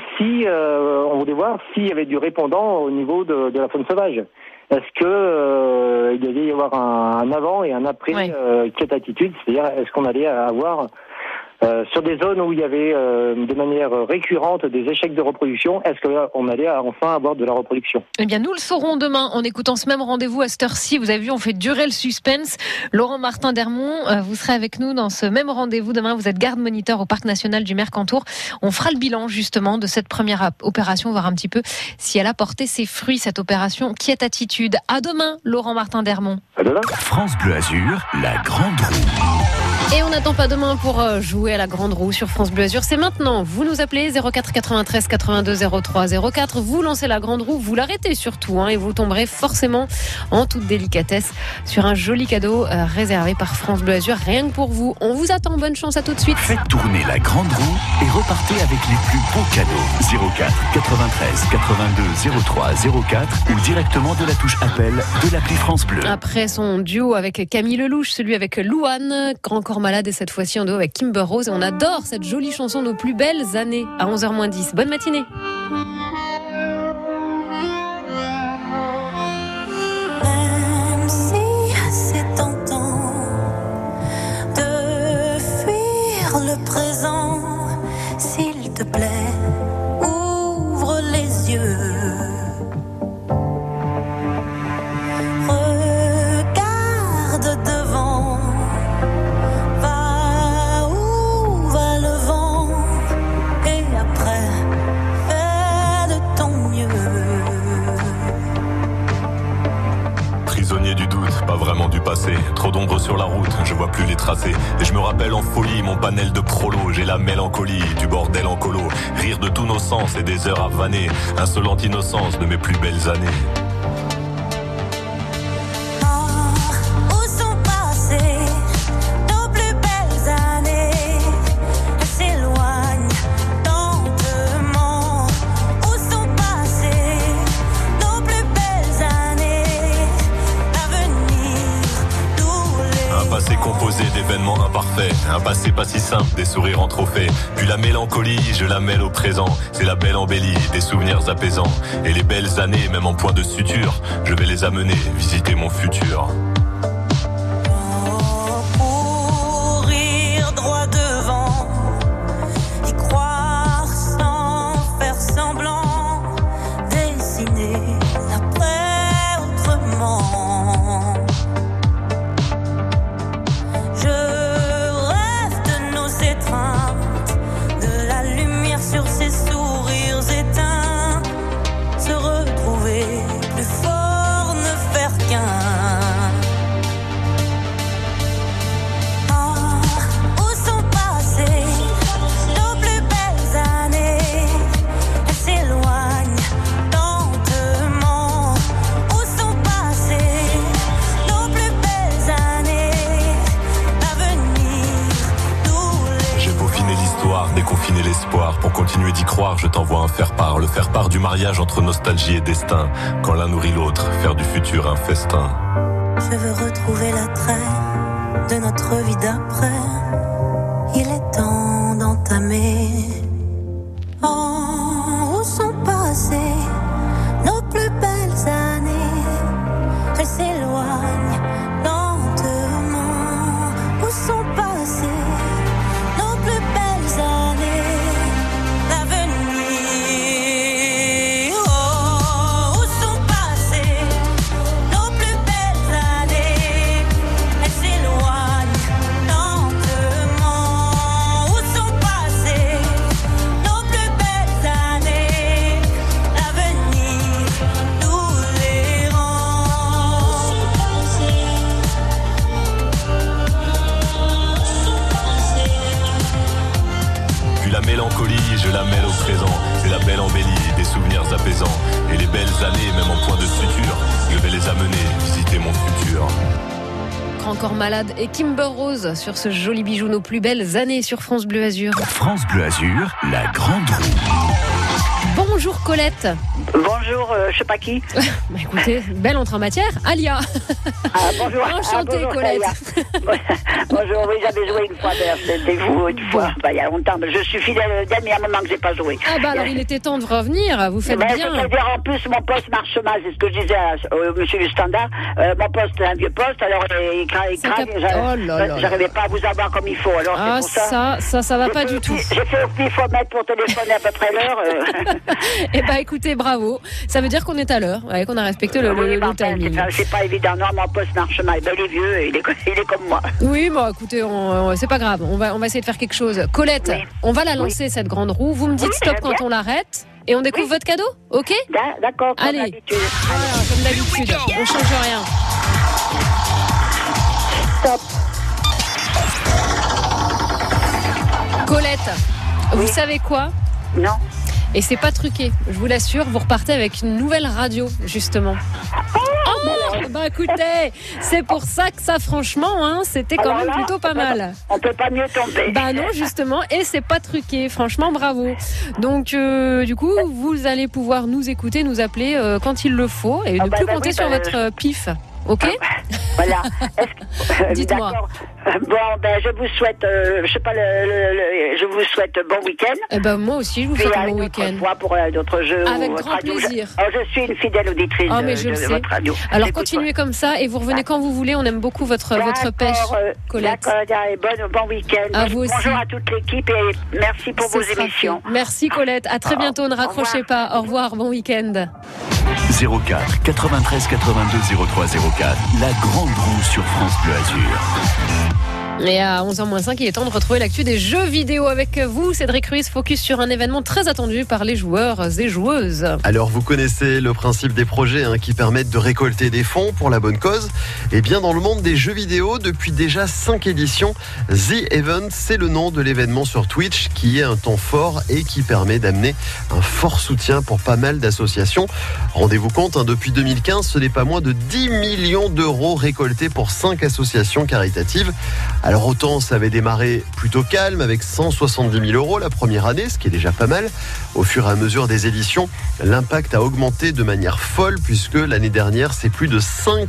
on voulait voir s'il y avait du répondant au niveau de la faune sauvage. Est-ce que il devait y avoir un avant et un après quiétatitude, c'est-à-dire est-ce qu'on allait avoir sur des zones où il y avait de manière récurrente des échecs de reproduction, est-ce qu'on allait enfin avoir de la reproduction ? Eh bien, nous le saurons demain en écoutant ce même rendez-vous à cette heure-ci. Vous avez vu, on fait durer le suspense. Laurent Martin d'Ermont, vous serez avec nous dans ce même rendez-vous demain. Vous êtes garde-moniteur au Parc national du Mercantour. On fera le bilan justement de cette première opération, voir un petit peu si elle a porté ses fruits, cette opération Quiétatitude. À demain, Laurent Martin d'Ermont. À demain. France Bleu Azur, la grande roue. Et on n'attend pas demain pour jouer à la grande roue sur France Bleu Azur. C'est maintenant. Vous nous appelez 04 93 82 03 04. Vous lancez la grande roue, vous l'arrêtez surtout, et vous tomberez forcément en toute délicatesse sur un joli cadeau réservé par France Bleu Azur, rien que pour vous. On vous attend. Bonne chance, à tout de suite. Faites tourner la grande roue et repartez avec les plus beaux cadeaux. 04 93 82 03 04 ou directement de la touche appel de l'appli France Bleu. Après son duo avec Camille Lelouch, celui avec Louane, Grand Corps Malade, et cette fois-ci en duo avec Kimber Rose. Et on adore cette jolie chanson, Nos plus belles années, à 11h-10. Bonne matinée. Même si c'est tentant de fuir le présent, s'il te plaît, ouvre les yeux. Pas vraiment du passé, trop d'ombre sur la route, je vois plus les tracés. Et je me rappelle en folie mon panel de prolo. J'ai la mélancolie du bordel en colo. Rire de tous nos sens et des heures à vanner. Insolente innocence de mes plus belles années. passé composé d'événements imparfaits, un passé pas si simple, des sourires en trophée. Puis la mélancolie, je la mêle au présent. C'est la belle embellie, des souvenirs apaisants. Et les belles années, même en point de suture, je vais les amener visiter mon futur. Courir droit devant, y croire sans faire semblant, dessiner l'après autrement. Je rêve de nos étreintes, de la lumière sur ces sourires éteints, se retrouver plus fort, ne faire qu'un. Déconfiner l'espoir, pour continuer d'y croire, je t'envoie un faire-part, le faire-part du mariage entre nostalgie et destin. Quand l'un nourrit l'autre, faire du futur un festin. Je veux retrouver l'attrait de notre vie d'après. Il est temps d'entamer. Oh, où sont passées nos plus belles années? Elles s'éloignent lentement. Où sont passées nos plus belles années? L'avenir. Oh, où sont passées nos plus belles années? Elles s'éloignent lentement. Où sont passées nos plus belles années? L'avenir nous les rend. Puis la mélancolie, je la mêle au présent. C'est la belle embellie, des souvenirs apaisants. Et les belles années, même en point de suture, je vais les amener visiter mon futur. Grand Corps Malade et Kimber Rose sur ce joli bijou, nos plus belles années sur France Bleu Azur. France Bleu Azur, la grande roue. Bonjour Colette. Bonjour, je sais pas qui. Bah écoutez, belle entrée en matière, Alia. Bonjour. Enchantée bonjour, Colette. Bonjour, oui, j'avais joué une fois, d'ailleurs, c'était vous une fois, il y a longtemps, mais je suis fidèle d'elle, mais il y a un moment que j'ai pas joué. Ah bah alors il était temps de revenir, vous faites bien. C'est-à-dire en plus mon poste marche mal, c'est ce que je disais au monsieur du standard, mon poste est un vieux poste, alors il craque, j'arrivais pas à vous avoir comme il faut, alors ah c'est pour ça. Ça va pas du tout. J'ai fait au pifomètre pour téléphoner à peu près l'heure. Eh bah écoutez, bravo, ça veut dire qu'on est à l'heure, ouais, qu'on a respecté le timing. C'est pas évident, non, mon poste marche mal, ben, il est vieux, il est comme moi. Oui, bon écoutez, c'est pas grave, on va essayer de faire quelque chose. Colette, oui. On va la lancer cette grande roue, vous me dites stop quand on l'arrête et on découvre votre cadeau, ok? D'accord, comme allez, d'habitude. Voilà, comme d'habitude, on change rien. Stop. Colette, vous savez quoi? Non. Et c'est pas truqué, je vous l'assure, vous repartez avec une nouvelle radio, justement. Oh, bah écoutez, c'est pour ça que ça, franchement, hein, c'était quand même plutôt pas mal. On peut pas mieux tomber. Bah non, justement, et c'est pas truqué, franchement, bravo. Donc, du coup, vous allez pouvoir nous écouter, nous appeler quand il le faut, et ne plus compter sur votre pif. Ok. Voilà. Dites-moi. Bon, ben je vous souhaite, je sais pas, je vous souhaite bon week-end. Eh ben moi aussi, je vous souhaite un bon week-end. Pour d'autres jeux. Avec grand plaisir. Je suis une fidèle auditrice de votre radio. Alors continuez comme ça et vous revenez quand vous voulez. On aime beaucoup votre pêche, Colette. D'accord, et bon week-end. À vous aussi. Bonjour à toute l'équipe et merci pour vos émissions. Merci Colette. À très bientôt. Ne raccrochez pas. Au revoir. Bon week-end. 04 93 82 03 04. La grande roue sur France Bleu Azur. Et à 11h-5, il est temps de retrouver l'actu des jeux vidéo avec vous. Cédric Ruiz, focus sur un événement très attendu par les joueurs et joueuses. Alors, vous connaissez le principe des projets qui permettent de récolter des fonds pour la bonne cause. Et bien, dans le monde des jeux vidéo, depuis déjà 5 éditions, The Event, c'est le nom de l'événement sur Twitch qui est un temps fort et qui permet d'amener un fort soutien pour pas mal d'associations. Rendez-vous compte, depuis 2015, ce n'est pas moins de 10 millions d'euros récoltés pour 5 associations caritatives. Alors autant ça avait démarré plutôt calme avec 170 000 € la première année, ce qui est déjà pas mal. Au fur et à mesure des éditions, l'impact a augmenté de manière folle puisque l'année dernière, c'est plus de 5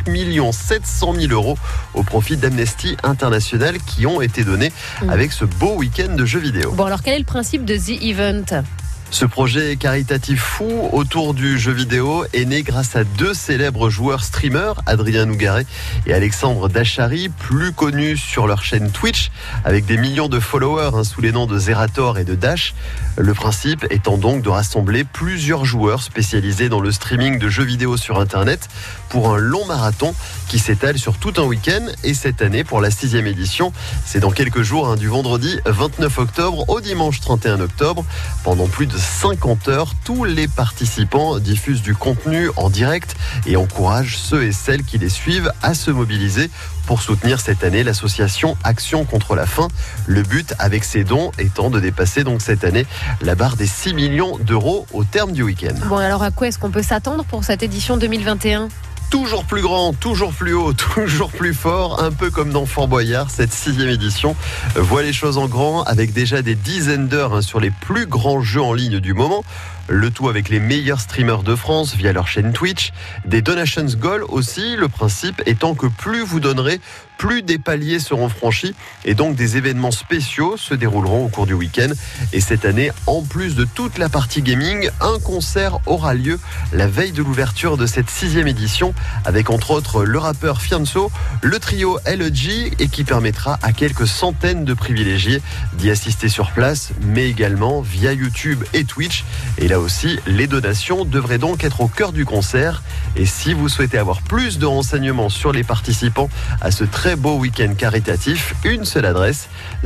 700 000 € au profit d'Amnesty International qui ont été donnés avec ce beau week-end de jeux vidéo. Bon, alors quel est le principe de The Event ? Ce projet caritatif fou autour du jeu vidéo est né grâce à 2 célèbres joueurs streamers, Adrien Nougaret et Alexandre Dachary, plus connus sur leur chaîne Twitch, avec des millions de followers sous les noms de Zerator et de Dash. Le principe étant donc de rassembler plusieurs joueurs spécialisés dans le streaming de jeux vidéo sur Internet pour un long marathon qui s'étale sur tout un week-end. Et cette année, pour la 6e édition, c'est dans quelques jours, du vendredi 29 octobre au dimanche 31 octobre. Pendant plus de 50 heures, tous les participants diffusent du contenu en direct et encouragent ceux et celles qui les suivent à se mobiliser pour soutenir cette année l'association Action contre la faim. Le but avec ces dons étant de dépasser donc cette année la barre des 6 millions d'euros au terme du week-end. Bon, alors à quoi est-ce qu'on peut s'attendre pour cette édition 2021 ? Toujours plus grand, toujours plus haut, toujours plus fort, un peu comme dans Fort Boyard, cette 6e édition voit les choses en grand avec déjà des dizaines d'heures sur les plus grands jeux en ligne du moment. Le tout avec les meilleurs streamers de France via leur chaîne Twitch. Des donations goal aussi, le principe étant que plus vous donnerez, plus des paliers seront franchis et donc des événements spéciaux se dérouleront au cours du week-end. Et cette année, en plus de toute la partie gaming, un concert aura lieu la veille de l'ouverture de cette 6e édition avec entre autres le rappeur Fianso, le trio LG et qui permettra à quelques centaines de privilégiés d'y assister sur place, mais également via YouTube et Twitch. Et là aussi, les donations devraient donc être au cœur du concert. Et si vous souhaitez avoir plus de renseignements sur les participants à ce très beau week-end caritatif, une seule adresse,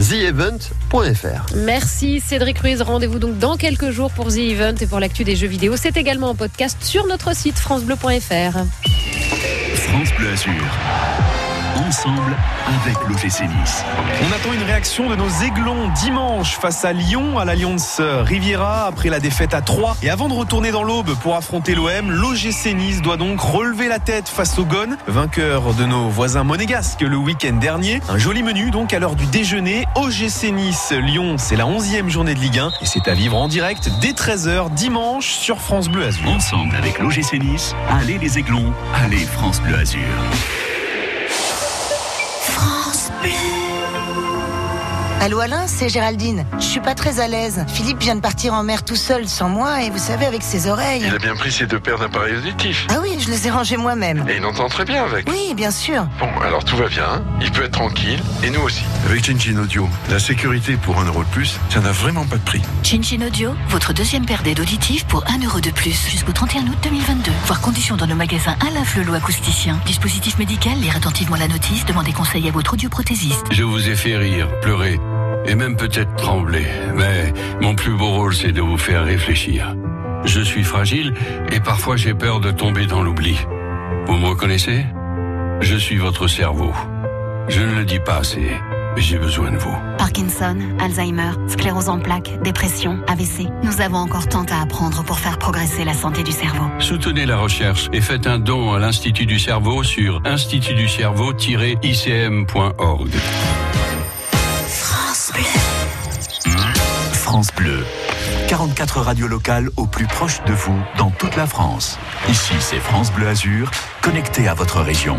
theevent.fr. Merci Cédric Ruiz. Rendez-vous donc dans quelques jours pour The Event et pour l'actu des jeux vidéo. C'est également en podcast sur notre site francebleu.fr. France Bleu Azur. Ensemble avec l'OGC Nice. On attend une réaction de nos Aiglons dimanche face à Lyon, à l'Alliance Riviera, après la défaite à 3. Et avant de retourner dans l'Aube pour affronter l'OM, l'OGC Nice doit donc relever la tête face aux Gones, vainqueur de nos voisins monégasques le week-end dernier. Un joli menu donc à l'heure du déjeuner. OGC Nice Lyon, c'est la 11e journée de Ligue 1 et c'est à vivre en direct dès 13h dimanche sur France Bleu Azur. Ensemble avec l'OGC Nice, allez les Aiglons, allez France Bleu Azur. Allô Alain, c'est Géraldine. Je suis pas très à l'aise. Philippe vient de partir en mer tout seul sans moi et vous savez avec ses oreilles. Il a bien pris ses 2 paires d'appareils auditifs. Ah oui, je les ai rangés moi-même. Et il entend très bien avec. Oui, bien sûr. Bon, alors tout va bien, il peut être tranquille, et nous aussi. Avec Cincin Audio, la sécurité pour 1 € de plus, ça n'a vraiment pas de prix. Cincin Audio, votre 2e paire d'aides auditives pour 1 € de plus jusqu'au 31 août 2022. Voir conditions dans nos magasins Alain Flelot acousticien. Dispositif médical, lire attentivement la notice, demandez conseil à votre audioprothésiste. Je vous ai fait rire, pleurer et même peut-être trembler. Mais mon plus beau rôle, c'est de vous faire réfléchir. Je suis fragile et parfois j'ai peur de tomber dans l'oubli. Vous me reconnaissez ? Je suis votre cerveau. Je ne le dis pas assez, mais j'ai besoin de vous. Parkinson, Alzheimer, sclérose en plaques, dépression, AVC. Nous avons encore tant à apprendre pour faire progresser la santé du cerveau. Soutenez la recherche et faites un don à l'Institut du Cerveau sur institutducerveau-icm.org. France Bleu. 44 radios locales au plus proche de vous dans toute la France. Ici, c'est France Bleu Azur, connecté à votre région.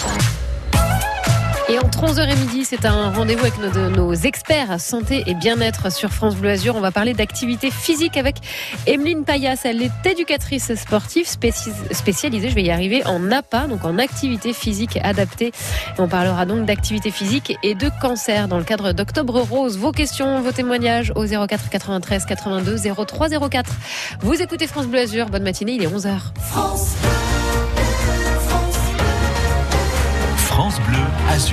Et entre 11h et midi, c'est un rendez-vous avec nos experts santé et bien-être sur France Bleu Azur. On va parler d'activité physique avec Emeline Payas. Elle est éducatrice sportive spécialisée, je vais y arriver, en APA, donc en activité physique adaptée. Et on parlera donc d'activité physique et de cancer dans le cadre d'Octobre Rose. Vos questions, vos témoignages au 04 93 82 03 04. Vous écoutez France Bleu Azur. Bonne matinée, il est 11h. France Bleu Azur.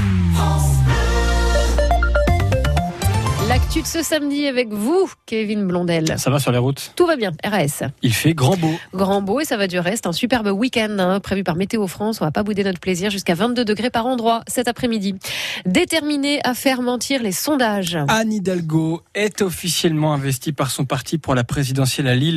L'actu de ce samedi avec vous, Kevin Blondel. Ça va sur les routes ? Tout va bien, RAS. Il fait grand beau. Grand beau et ça va durer. C'est un superbe week-end prévu par Météo France. On va pas bouder notre plaisir jusqu'à 22 degrés par endroit cet après-midi. Déterminé à faire mentir les sondages. Anne Hidalgo est officiellement investie par son parti pour la présidentielle à Lille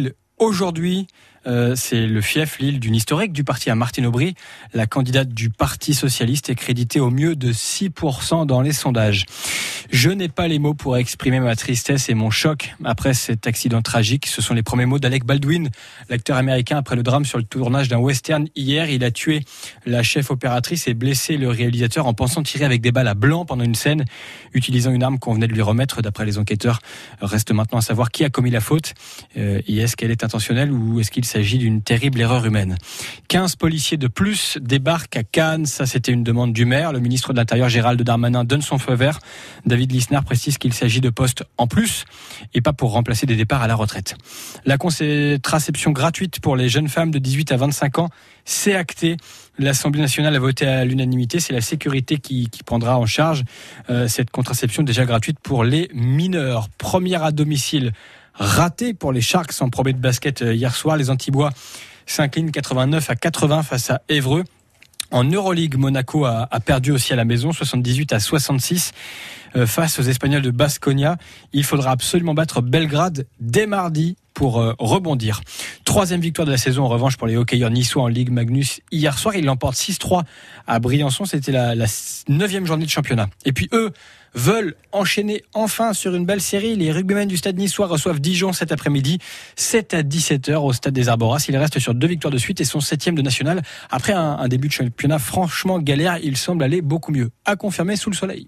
aujourd'hui. C'est le fief, l'île d'une historique du parti à Martine Aubry. La candidate du Parti socialiste est créditée au mieux de 6% dans les sondages. Je n'ai pas les mots pour exprimer ma tristesse et mon choc après cet accident tragique. Ce sont les premiers mots d'Alec Baldwin, l'acteur américain, après le drame sur le tournage d'un western hier. Il a tué la chef opératrice et blessé le réalisateur en pensant tirer avec des balles à blanc pendant une scène, utilisant une arme qu'on venait de lui remettre. D'après les enquêteurs, reste maintenant à savoir qui a commis la faute. Et est-ce qu'elle est intentionnelle ou est-ce qu'il s'agit d'une terrible erreur humaine. 15 policiers de plus débarquent à Cannes. Ça, c'était une demande du maire. Le ministre de l'Intérieur, Gérald Darmanin, donne son feu vert. David Lisnard précise qu'il s'agit de postes en plus et pas pour remplacer des départs à la retraite. La contraception gratuite pour les jeunes femmes de 18 à 25 ans, c'est acté. L'Assemblée nationale a voté à l'unanimité. C'est la sécurité qui prendra en charge cette contraception déjà gratuite pour les mineurs. Première à domicile raté pour les Sharks en Pro B de basket hier soir. Les Antibois s'inclinent 89-80 face à Évreux. En Euroleague, Monaco a perdu aussi à la maison, 78-66 face aux Espagnols de Baskonia. Il faudra absolument battre Belgrade dès mardi pour rebondir. Troisième victoire de la saison en revanche pour les hockeyeurs niçois en Ligue Magnus hier soir. Ils l'emportent 6-3 à Briançon. C'était la 9e journée de championnat. Et puis eux veulent enchaîner enfin sur une belle série. Les rugbymen du Stade niçois reçoivent Dijon cet après-midi, 7 à 17h au Stade des Arboras. Ils restent sur 2 victoires de suite et sont 7e de national. Après un début de championnat franchement galère, il semble aller beaucoup mieux. À confirmer sous le soleil.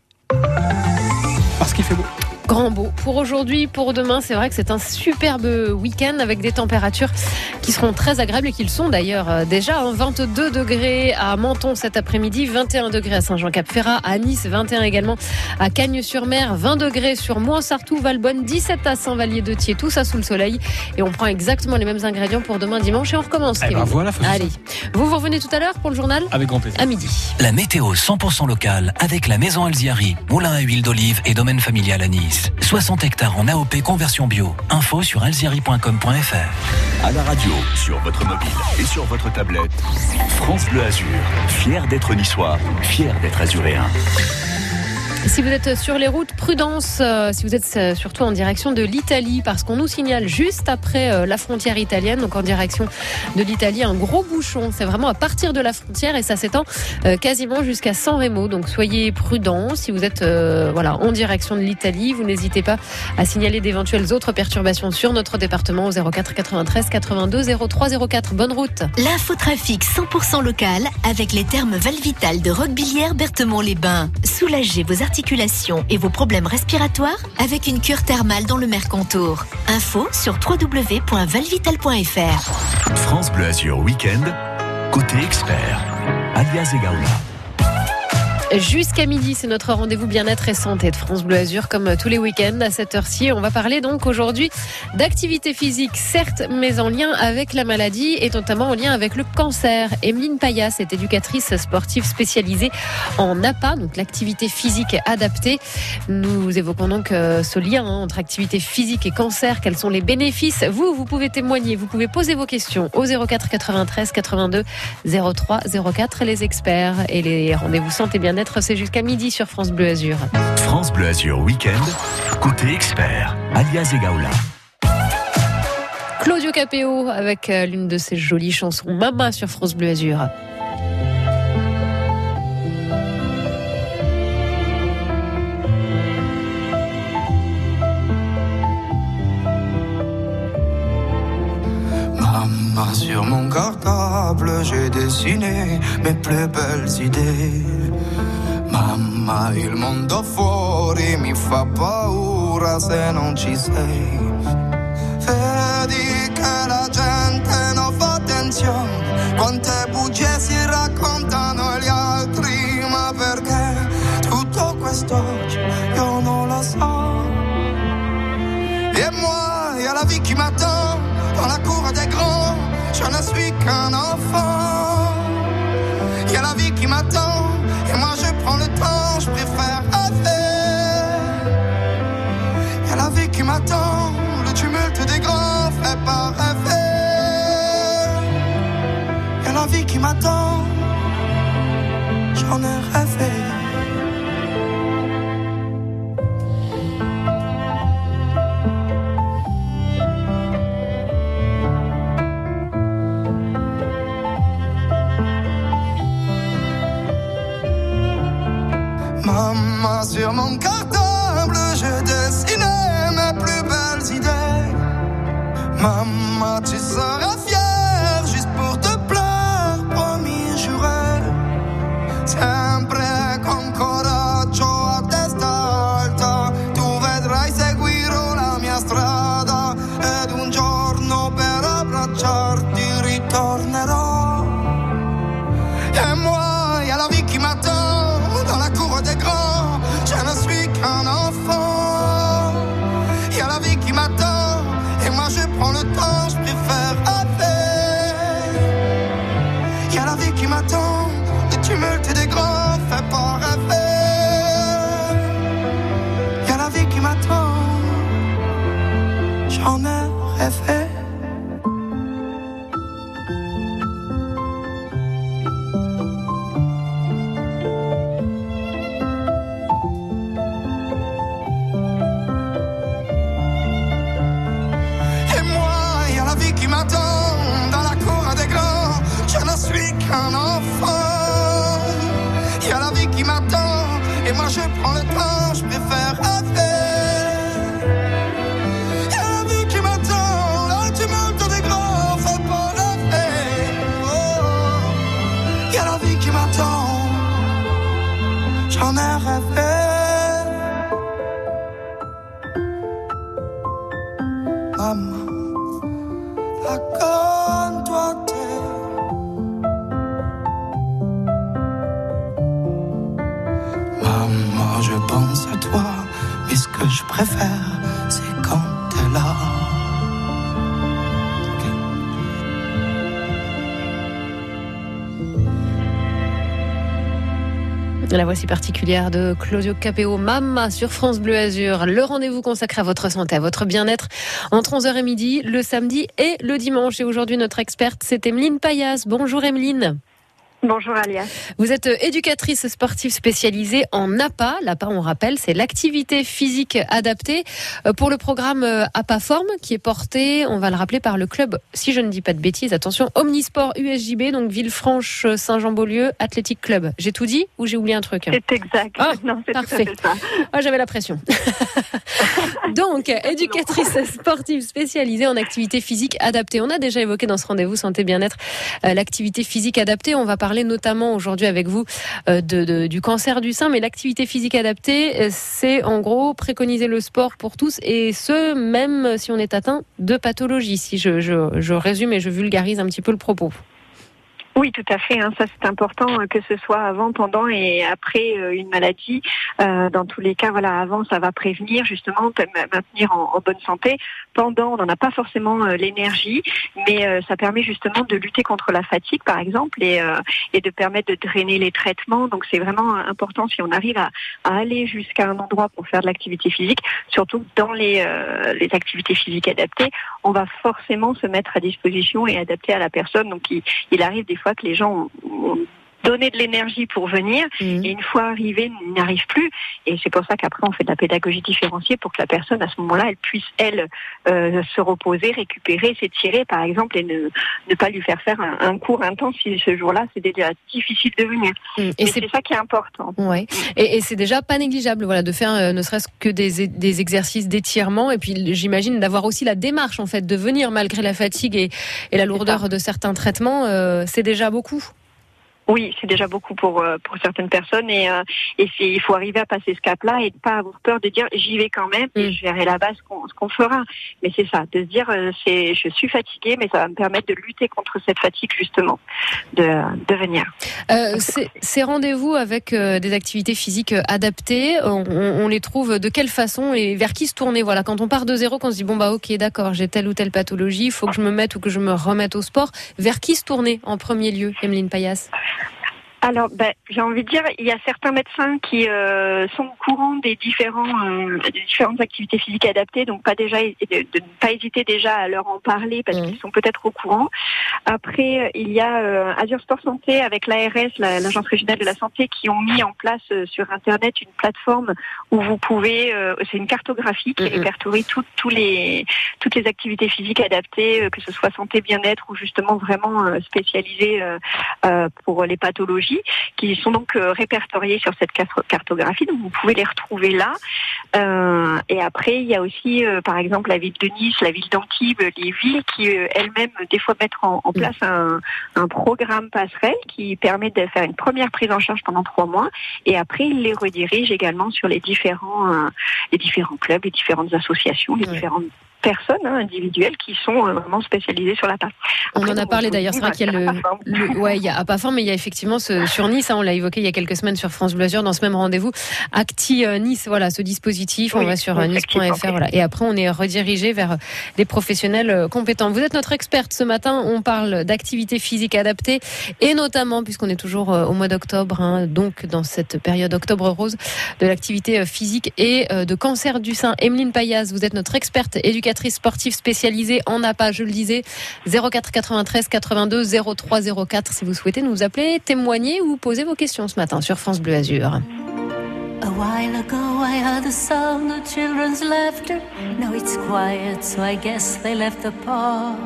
Parce qu'il fait beau. Grand beau. Pour aujourd'hui, pour demain, c'est vrai que c'est un superbe week-end avec des températures qui seront très agréables et qui le sont d'ailleurs déjà. 22 degrés à Menton cet après-midi, 21 degrés à Saint-Jean-Cap-Ferrat, à Nice, 21 également à Cagnes-sur-Mer, 20 degrés sur Mouans-Sartoux, Valbonne, 17 à Saint-Vallier-de-Thiers, tout ça sous le soleil. Et on prend exactement les mêmes ingrédients pour demain dimanche et on recommence. Voilà, allez, vous revenez tout à l'heure pour le journal ? Avec grand plaisir. À midi. La météo 100% locale avec la Maison Alziari, moulin à huile d'olive et domaine familial à Nice. 60 hectares en AOP conversion bio. Info sur alziari.com.fr. À la radio, sur votre mobile et sur votre tablette, France Bleu Azur, fier d'être niçois, fier d'être azuréen. Si vous êtes sur les routes, prudence, si vous êtes surtout en direction de l'Italie, parce qu'on nous signale juste après la frontière italienne, donc en direction de l'Italie, un gros bouchon. C'est vraiment à partir de la frontière et ça s'étend quasiment jusqu'à San Remo. Donc soyez prudents. Si vous êtes en direction de l'Italie, vous n'hésitez pas à signaler d'éventuelles autres perturbations sur notre département au 04 93 82 03 04. Bonne route. L'infotrafic 100% local avec les thermes Valvital de Roquebillière-Berthemont-les-Bains. Soulagez vos articulations et vos problèmes respiratoires avec une cure thermale dans le Mercantour. Info sur www.valvital.fr. France Bleu Azur Week-end, côté expert, alias Egaula. Jusqu'à midi, c'est notre rendez-vous bien-être et santé de France Bleu Azur, comme tous les week-ends à cette heure-ci. On va parler donc aujourd'hui d'activité physique, certes, mais en lien avec la maladie et notamment en lien avec le cancer. Emeline Payas est éducatrice sportive spécialisée en APA, donc l'activité physique adaptée. Nous évoquons donc ce lien entre activité physique et cancer. Quels sont les bénéfices ? Vous pouvez témoigner, vous pouvez poser vos questions au 04 93 82 03 04. Les experts et les rendez-vous santé bien-être, c'est jusqu'à midi sur France Bleu Azur. France Bleu Azur Week-end, côté expert, alias Egaula. Claudio Capéo avec l'une de ses jolies chansons Mama sur France Bleu Azur. Mama, sur mon cartable, j'ai dessiné mes plus belles idées. Mamma, il mondo fuori mi fa paura se non ci sei. Vedi che la gente non fa attenzione, quante bugie si raccontano gli altri, ma perché tutto questo io non lo so. Et moi, y'a la vie qui m'attend dans la cour des grands, je ne suis qu'un enfant. Y'a la vie qui m'attend et moi je prends le temps, je préfère rêver. Y'a la vie qui m'attend, le tumulte des grands fait pas rêver. Y'a la vie qui m'attend, j'en ai rêvé. Maman, sur mon cartable, je dessinais mes plus belles idées. Maman, tu seras fière juste pour te plaire, promis, juré. Sempre con coraggio a testa alta, tu vedrai seguirò la mia strada ed un giorno per abbracciarti ritornerò. Et moi, y a la vie qui m'attend dans la cour des grands, je ne suis qu'un enfant. Y a la vie qui m'attend et moi je prends le temps, je préfère rêver. Y a la vie qui m'attend, le tumulte des grands fait pas rêver. Y a la vie qui m'attend, j'en ai rêvé. Dans la cour des grands, je ne suis qu'un enfant. Il y a la vie qui m'attend et moi je prends le temps, je préfère rêver. Il y a la vie qui m'attend, dans le tumulte des grands, faut pas rêver. Oh, il y a la vie qui m'attend, j'en ai rêvé. Maman, maman, je pense à toi, mais ce que je préfère, c'est quand t'es là. La voix si particulière de Claudio Capéo, Mamma sur France Bleu Azur. Le rendez-vous consacré à votre santé, à votre bien-être entre 11h et midi, le samedi et le dimanche. Et aujourd'hui, notre experte, c'est Emeline Payas. Bonjour Emeline. Bonjour Alia. Vous êtes éducatrice sportive spécialisée en APA. L'APA, on rappelle, c'est l'activité physique adaptée pour le programme APA Forme qui est porté, on va le rappeler, par le club, si je ne dis pas de bêtises, attention, Omnisport USJB, donc Villefranche Saint-Jean-Beaulieu Athletic Club. J'ai tout dit ou j'ai oublié un truc? C'est exact. Ah, non, c'est parfait. Tout à fait ça. Ah, j'avais la pression. Donc, éducatrice sportive spécialisée en activité physique adaptée. On a déjà évoqué dans ce rendez-vous santé bien-être l'activité physique adaptée. On va parler notamment aujourd'hui avec vous du cancer du sein, mais l'activité physique adaptée, c'est en gros préconiser le sport pour tous, et ce, même si on est atteint de pathologie, si je résume et je vulgarise un petit peu le propos. Oui, tout à fait. Ça, c'est important que ce soit avant, pendant et après une maladie. Dans tous les cas, voilà, avant, ça va prévenir, justement, maintenir en bonne santé. Pendant, on n'en a pas forcément l'énergie, mais ça permet justement de lutter contre la fatigue, par exemple, et de permettre de drainer les traitements. Donc, c'est vraiment important si on arrive à aller jusqu'à un endroit pour faire de l'activité physique, surtout dans les activités physiques adaptées, on va forcément se mettre à disposition et adapter à la personne. Donc, il arrive des fois que les gens ont donné de l'énergie pour venir et une fois arrivés n'y arrivent plus, et c'est pour ça qu'après on fait de la pédagogie différenciée pour que la personne à ce moment-là elle puisse se reposer, récupérer, s'étirer par exemple, et ne pas lui faire un cours intense si ce jour-là c'est déjà difficile de venir. Et c'est ça qui est important. Ouais. Et c'est déjà pas négligeable, voilà, de faire ne serait-ce que des exercices d'étirement, et puis j'imagine d'avoir aussi la démarche en fait de venir malgré la fatigue et la lourdeur de certains traitements, c'est déjà beaucoup. Oui, c'est déjà beaucoup pour certaines personnes, et il faut arriver à passer ce cap-là et ne pas avoir peur de dire j'y vais quand même et je verrai là-bas ce qu'on fera. Mais c'est ça, de se dire je suis fatiguée, mais ça va me permettre de lutter contre cette fatigue justement, de venir. Ces rendez-vous avec des activités physiques adaptées, on les trouve de quelle façon et vers qui se tourner? Voilà, quand on part de zéro, qu'on se dit bon bah ok d'accord, j'ai telle ou telle pathologie, il faut que je me mette ou que je me remette au sport. Vers qui se tourner en premier lieu, Emeline Payas? Alors, j'ai envie de dire, il y a certains médecins qui sont au courant des différentes activités physiques adaptées, donc de ne pas hésiter déjà à leur en parler parce qu'ils sont peut-être au courant. Après, il y a Azur Sport Santé avec l'ARS, l'Agence régionale de la santé, qui ont mis en place sur Internet une plateforme où vous pouvez, c'est une cartographie qui répertorie toutes les activités physiques adaptées, que ce soit santé, bien-être ou justement vraiment spécialisées pour les pathologies. aussi, qui sont donc répertoriés sur cette cartographie. Donc vous pouvez les retrouver là. Et après, il y a aussi, par exemple, la ville de Nice, la ville d'Antibes, les villes qui elles-mêmes des fois mettent en place un programme passerelle qui permet de faire une première prise en charge pendant 3 mois. Et après, ils les redirigent également sur les différents clubs, les différentes associations, les différentes personnes individuelles qui sont vraiment spécialisées sur la passe. On en a parlé d'ailleurs, c'est vrai qu'il y a il y a Apaform, mais il y a effectivement sur Nice, on l'a évoqué il y a quelques semaines sur France Bleu Azur dans ce même rendez-vous, Acti Nice, voilà, ce dispositif, on va sur nice.fr, voilà, et après on est redirigé vers des professionnels compétents. Vous êtes notre experte ce matin, on parle d'activité physique adaptée et notamment, puisqu'on est toujours au mois d'octobre, donc dans cette période octobre rose, de l'activité physique et de cancer du sein. Emeline Payaz, vous êtes notre experte éducatrice sportive spécialisée en APA, je le disais, 04 93 82 03 04 si vous souhaitez nous appeler, témoigner ou poser vos questions ce matin sur France Bleu Azur. A while ago I heard the sound of children's laughter. Now it's quiet, so I guess they left the park.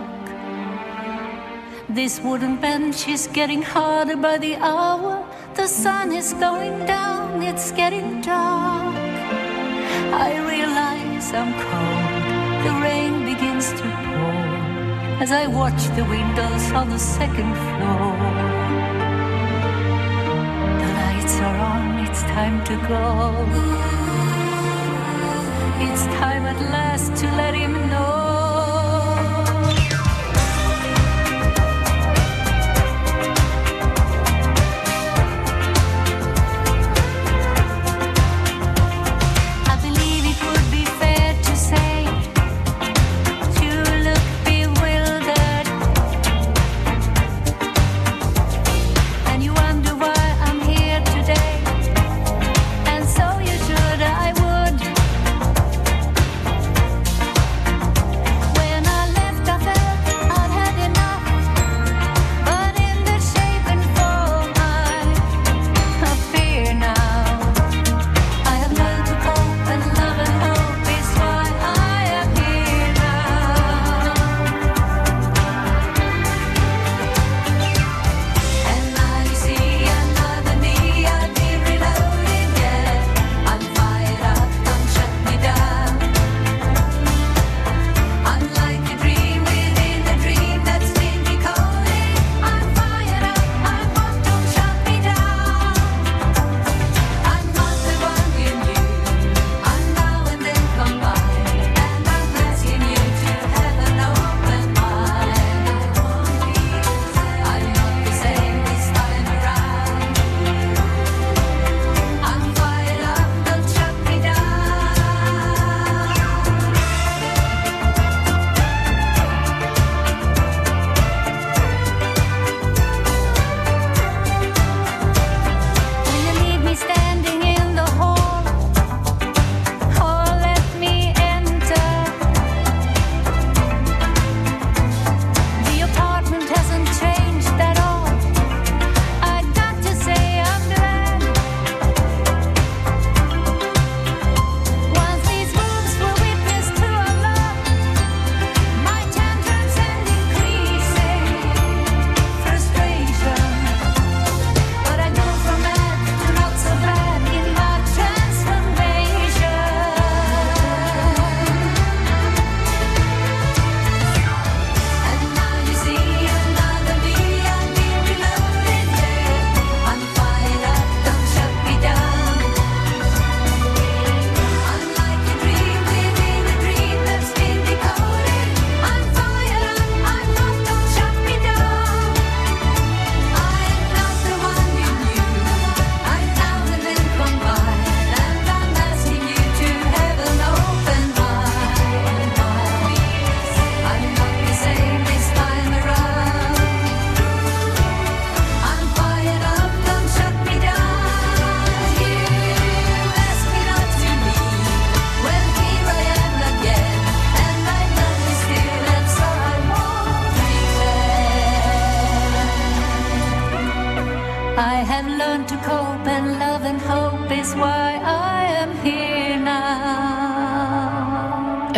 This wooden bench is getting harder by the hour. The sun is going down, it's getting dark. I realize I'm cold. The rain begins to pour as I watch the windows on the second floor. The lights are on, it's time to go. It's time at last to let him know.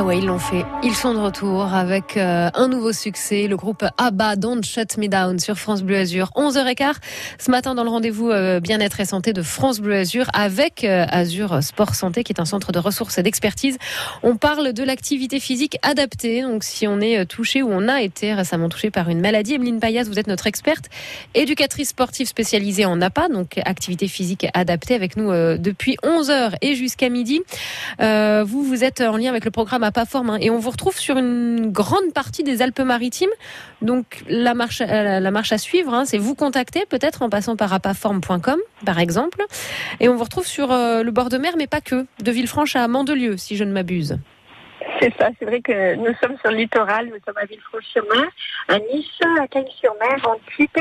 Et ouais, ils l'ont fait. Ils sont de retour avec un nouveau succès, le groupe ABBA, Don't Shut Me Down sur France Bleu Azur. 11h15 ce matin dans le rendez-vous bien-être et santé de France Bleu Azur avec Azur Sport Santé qui est un centre de ressources et d'expertise. On parle de l'activité physique adaptée. Donc si on est touché ou on a été récemment touché par une maladie, Emeline Payas, vous êtes notre experte, éducatrice sportive spécialisée en APA, donc activité physique adaptée avec nous depuis 11h et jusqu'à midi. Vous êtes en lien avec le programme APA Forme et on vous retrouve sur une grande partie des Alpes-Maritimes. Donc la marche à suivre, c'est vous contacter peut-être en passant par apaforme.com par exemple. Et on vous retrouve sur le bord de mer, mais pas que, de Villefranche à Mandelieu, si je ne m'abuse. C'est ça, c'est vrai que nous sommes sur le littoral, nous sommes à Villefranche-sur-Mer, à Nice, à Cagnes-sur-Mer, Antibes,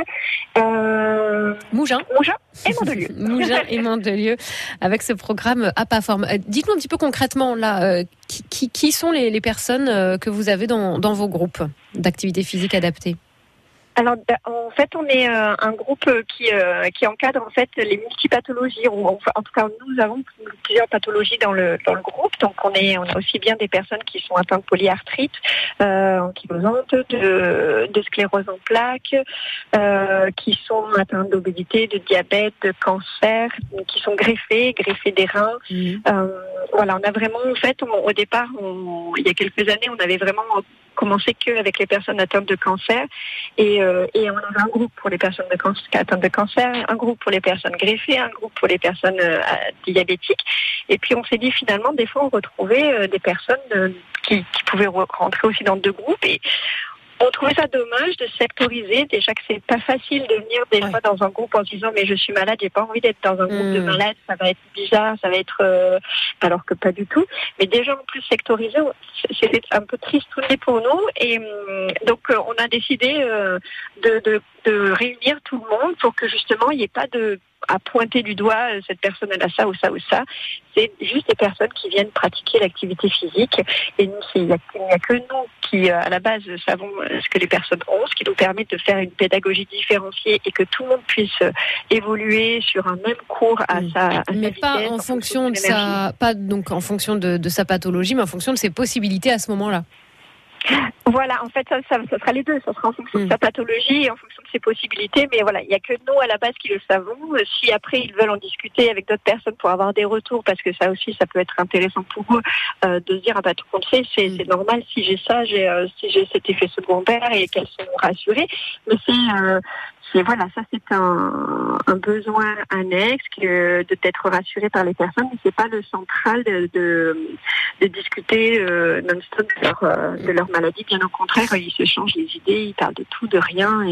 Mougins et Mandelieu. Mougins et Mandelieu, avec ce programme APA Forme. Dites-nous un petit peu concrètement, là, qui sont les personnes que vous avez dans vos groupes d'activité physique adaptée ? Alors, en fait, on est un groupe qui encadre en fait les multipathologies. En tout cas, nous avons plusieurs pathologies dans le groupe. Donc, on a aussi bien des personnes qui sont atteintes de polyarthrite, ankylosante, de sclérose en plaques, qui sont atteintes d'obésité, de diabète, de cancer, qui sont greffées des reins. Voilà, on a vraiment, en fait, au départ, il y a quelques années, on avait vraiment commencé qu'avec les personnes atteintes de cancer et on avait un groupe pour les personnes atteintes de cancer, un groupe pour les personnes greffées, un groupe pour les personnes diabétiques. Et puis on s'est dit finalement, des fois on retrouvait des personnes qui pouvaient rentrer aussi dans deux groupes et on trouvait ça dommage de sectoriser. Déjà que c'est pas facile de venir des fois dans un groupe en se disant mais je suis malade, j'ai pas envie d'être dans un groupe de malades, ça va être bizarre, ça va être alors que pas du tout. Mais déjà en plus sectoriser, c'était un peu triste pour nous et donc on a décidé de réunir tout le monde pour que justement il n'y ait pas à pointer du doigt cette personne elle a ça ou ça ou ça. C'est juste des personnes qui viennent pratiquer l'activité physique et nous, il n'y a que nous qui à la base savons ce que les personnes ont, ce qui nous permet de faire une pédagogie différenciée et que tout le monde puisse évoluer sur un même cours à sa mais vitesse, pas en fonction de sa en fonction de sa pathologie, mais en fonction de ses possibilités à ce moment-là. Voilà, en fait, ça sera les deux. Ça sera en fonction de sa pathologie et en fonction de ses possibilités. Mais voilà, il n'y a que nous, à la base, qui le savons. Si après, ils veulent en discuter avec d'autres personnes pour avoir des retours, parce que ça aussi, ça peut être intéressant pour eux, de se dire, tout compte fait, c'est normal si j'ai ça, si j'ai cet effet secondaire et qu'elles sont rassurées. Mais voilà, ça c'est un besoin annexe d'être rassuré par les personnes, mais c'est pas le central de discuter non-stop de leur maladie. Bien au contraire, ils se changent les idées, ils parlent de tout, de rien,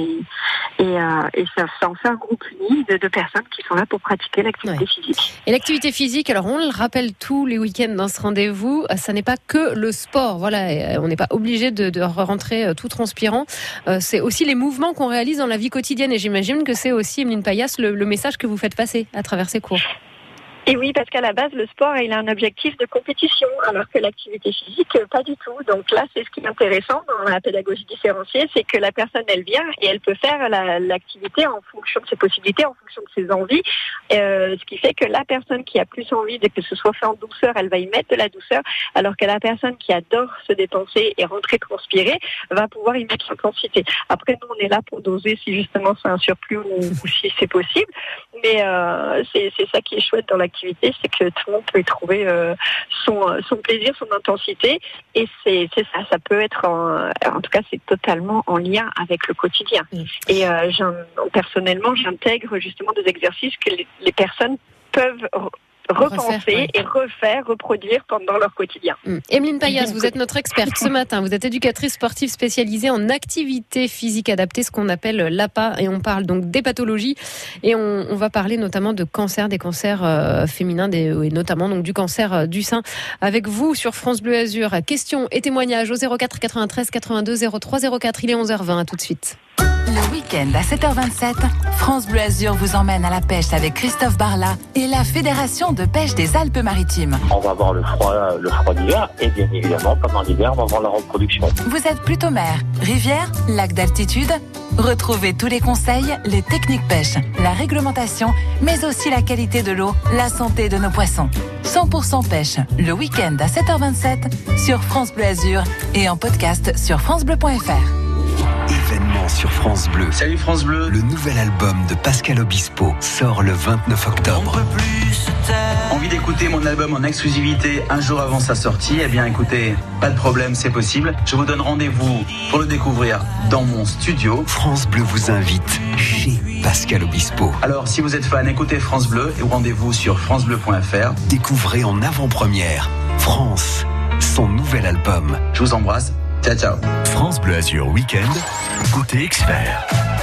et ça en fait un groupe uni de personnes qui sont là pour pratiquer l'activité physique. Et l'activité physique, alors on le rappelle tous les week-ends dans ce rendez-vous, ça n'est pas que le sport. Voilà, on n'est pas obligé de rentrer tout transpirant. C'est aussi les mouvements qu'on réalise dans la vie quotidienne. Et j'imagine que c'est aussi, Emeline Payas, le message que vous faites passer à travers ces cours. Et oui, parce qu'à la base, le sport, il a un objectif de compétition, alors que l'activité physique, pas du tout. Donc là, c'est ce qui est intéressant dans la pédagogie différenciée, c'est que la personne, elle vient et elle peut faire l'activité en fonction de ses possibilités, en fonction de ses envies. Ce qui fait que la personne qui a plus envie de que ce soit fait en douceur, elle va y mettre de la douceur, alors que la personne qui adore se dépenser et rentrer transpirer va pouvoir y mettre l'intensité. Après, nous, on est là pour doser si justement c'est un surplus ou si c'est possible. Mais c'est ça qui est chouette dans l'activité, c'est que tout le monde peut y trouver son plaisir, son intensité, et c'est ça peut être en tout cas c'est totalement en lien avec le quotidien. Et personnellement, j'intègre justement des exercices que les personnes peuvent repenser et reproduire pendant leur quotidien. Emeline Payas, vous êtes notre experte ce matin. Vous êtes éducatrice sportive spécialisée en activité physique adaptée, ce qu'on appelle l'APA, et on parle donc des pathologies et on va parler notamment de cancer, des cancers féminins et notamment donc du cancer du sein avec vous sur France Bleu Azur. Questions et témoignages au 04 93 82 03 04. Il est 11h20, à tout de suite. Le week-end à 7h27, France Bleu Azur vous emmène à la pêche avec Christophe Barla et la Fédération de pêche des Alpes-Maritimes. On va avoir le froid d'hiver et bien évidemment pendant l'hiver on va avoir la reproduction. Vous êtes plutôt mer, rivière, lac d'altitude? Retrouvez tous les conseils, les techniques pêche, la réglementation, mais aussi la qualité de l'eau, la santé de nos poissons. 100% pêche, le week-end à 7h27 sur France Bleu Azur et en podcast sur francebleu.fr. Événement sur France Bleu. Salut France Bleu. Le nouvel album de Pascal Obispo sort le 29 octobre. Envie d'écouter mon album en exclusivité un jour avant sa sortie? Eh bien écoutez, pas de problème, c'est possible. Je vous donne rendez-vous pour le découvrir dans mon studio. France Bleu vous invite chez Pascal Obispo. Alors si vous êtes fan, écoutez France Bleu et rendez-vous sur francebleu.fr. Découvrez en avant-première France, son nouvel album. Je vous embrasse. Ciao, ciao. France Bleu Azur Week-end, côté expert.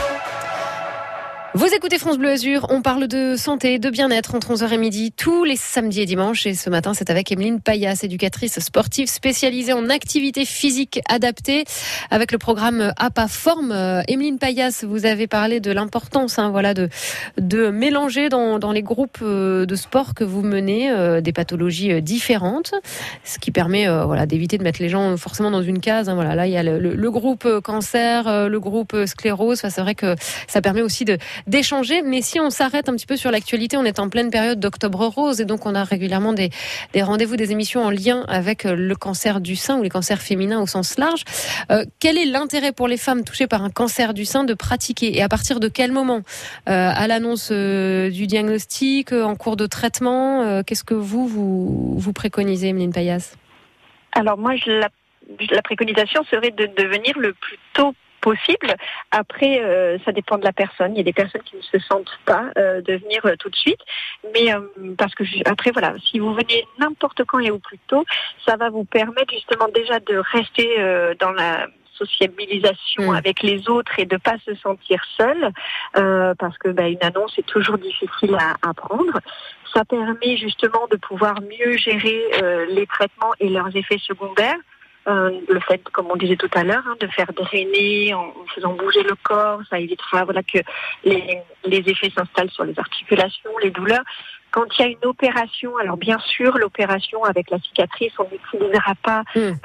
Vous écoutez France Bleu Azur, on parle de santé, de bien-être entre 11h et midi, tous les samedis et dimanches. Et ce matin, c'est avec Emeline Paillasse, éducatrice sportive spécialisée en activité physique adaptée, avec le programme APA Forme. Emeline Paillasse, vous avez parlé de l'importance de mélanger dans les groupes de sport que vous menez des pathologies différentes, ce qui permet d'éviter de mettre les gens forcément dans une case. Là, il y a le groupe cancer, le groupe sclérose. C'est vrai que ça permet aussi d'échanger, mais si on s'arrête un petit peu sur l'actualité, on est en pleine période d'Octobre Rose et donc on a régulièrement des rendez-vous, des émissions en lien avec le cancer du sein ou les cancers féminins au sens large. Quel est l'intérêt pour les femmes touchées par un cancer du sein de pratiquer et à partir de quel moment? À l'annonce du diagnostic, en cours de traitement, qu'est-ce que vous préconisez, Emeline Paillasse? Alors moi, la préconisation serait de devenir le plus tôt possible. Après, ça dépend de la personne. Il y a des personnes qui ne se sentent pas de venir tout de suite, mais parce que après, si vous venez n'importe quand et au plus tôt, ça va vous permettre justement déjà de rester dans la sociabilisation avec les autres et de pas se sentir seul, parce que une annonce est toujours difficile à prendre. Ça permet justement de pouvoir mieux gérer les traitements et leurs effets secondaires. Le fait, comme on disait tout à l'heure, de faire drainer en faisant bouger le corps, ça évitera que les effets s'installent sur les articulations, les douleurs. Quand il y a une opération, alors bien sûr, l'opération avec la cicatrice, on n'utilisera pas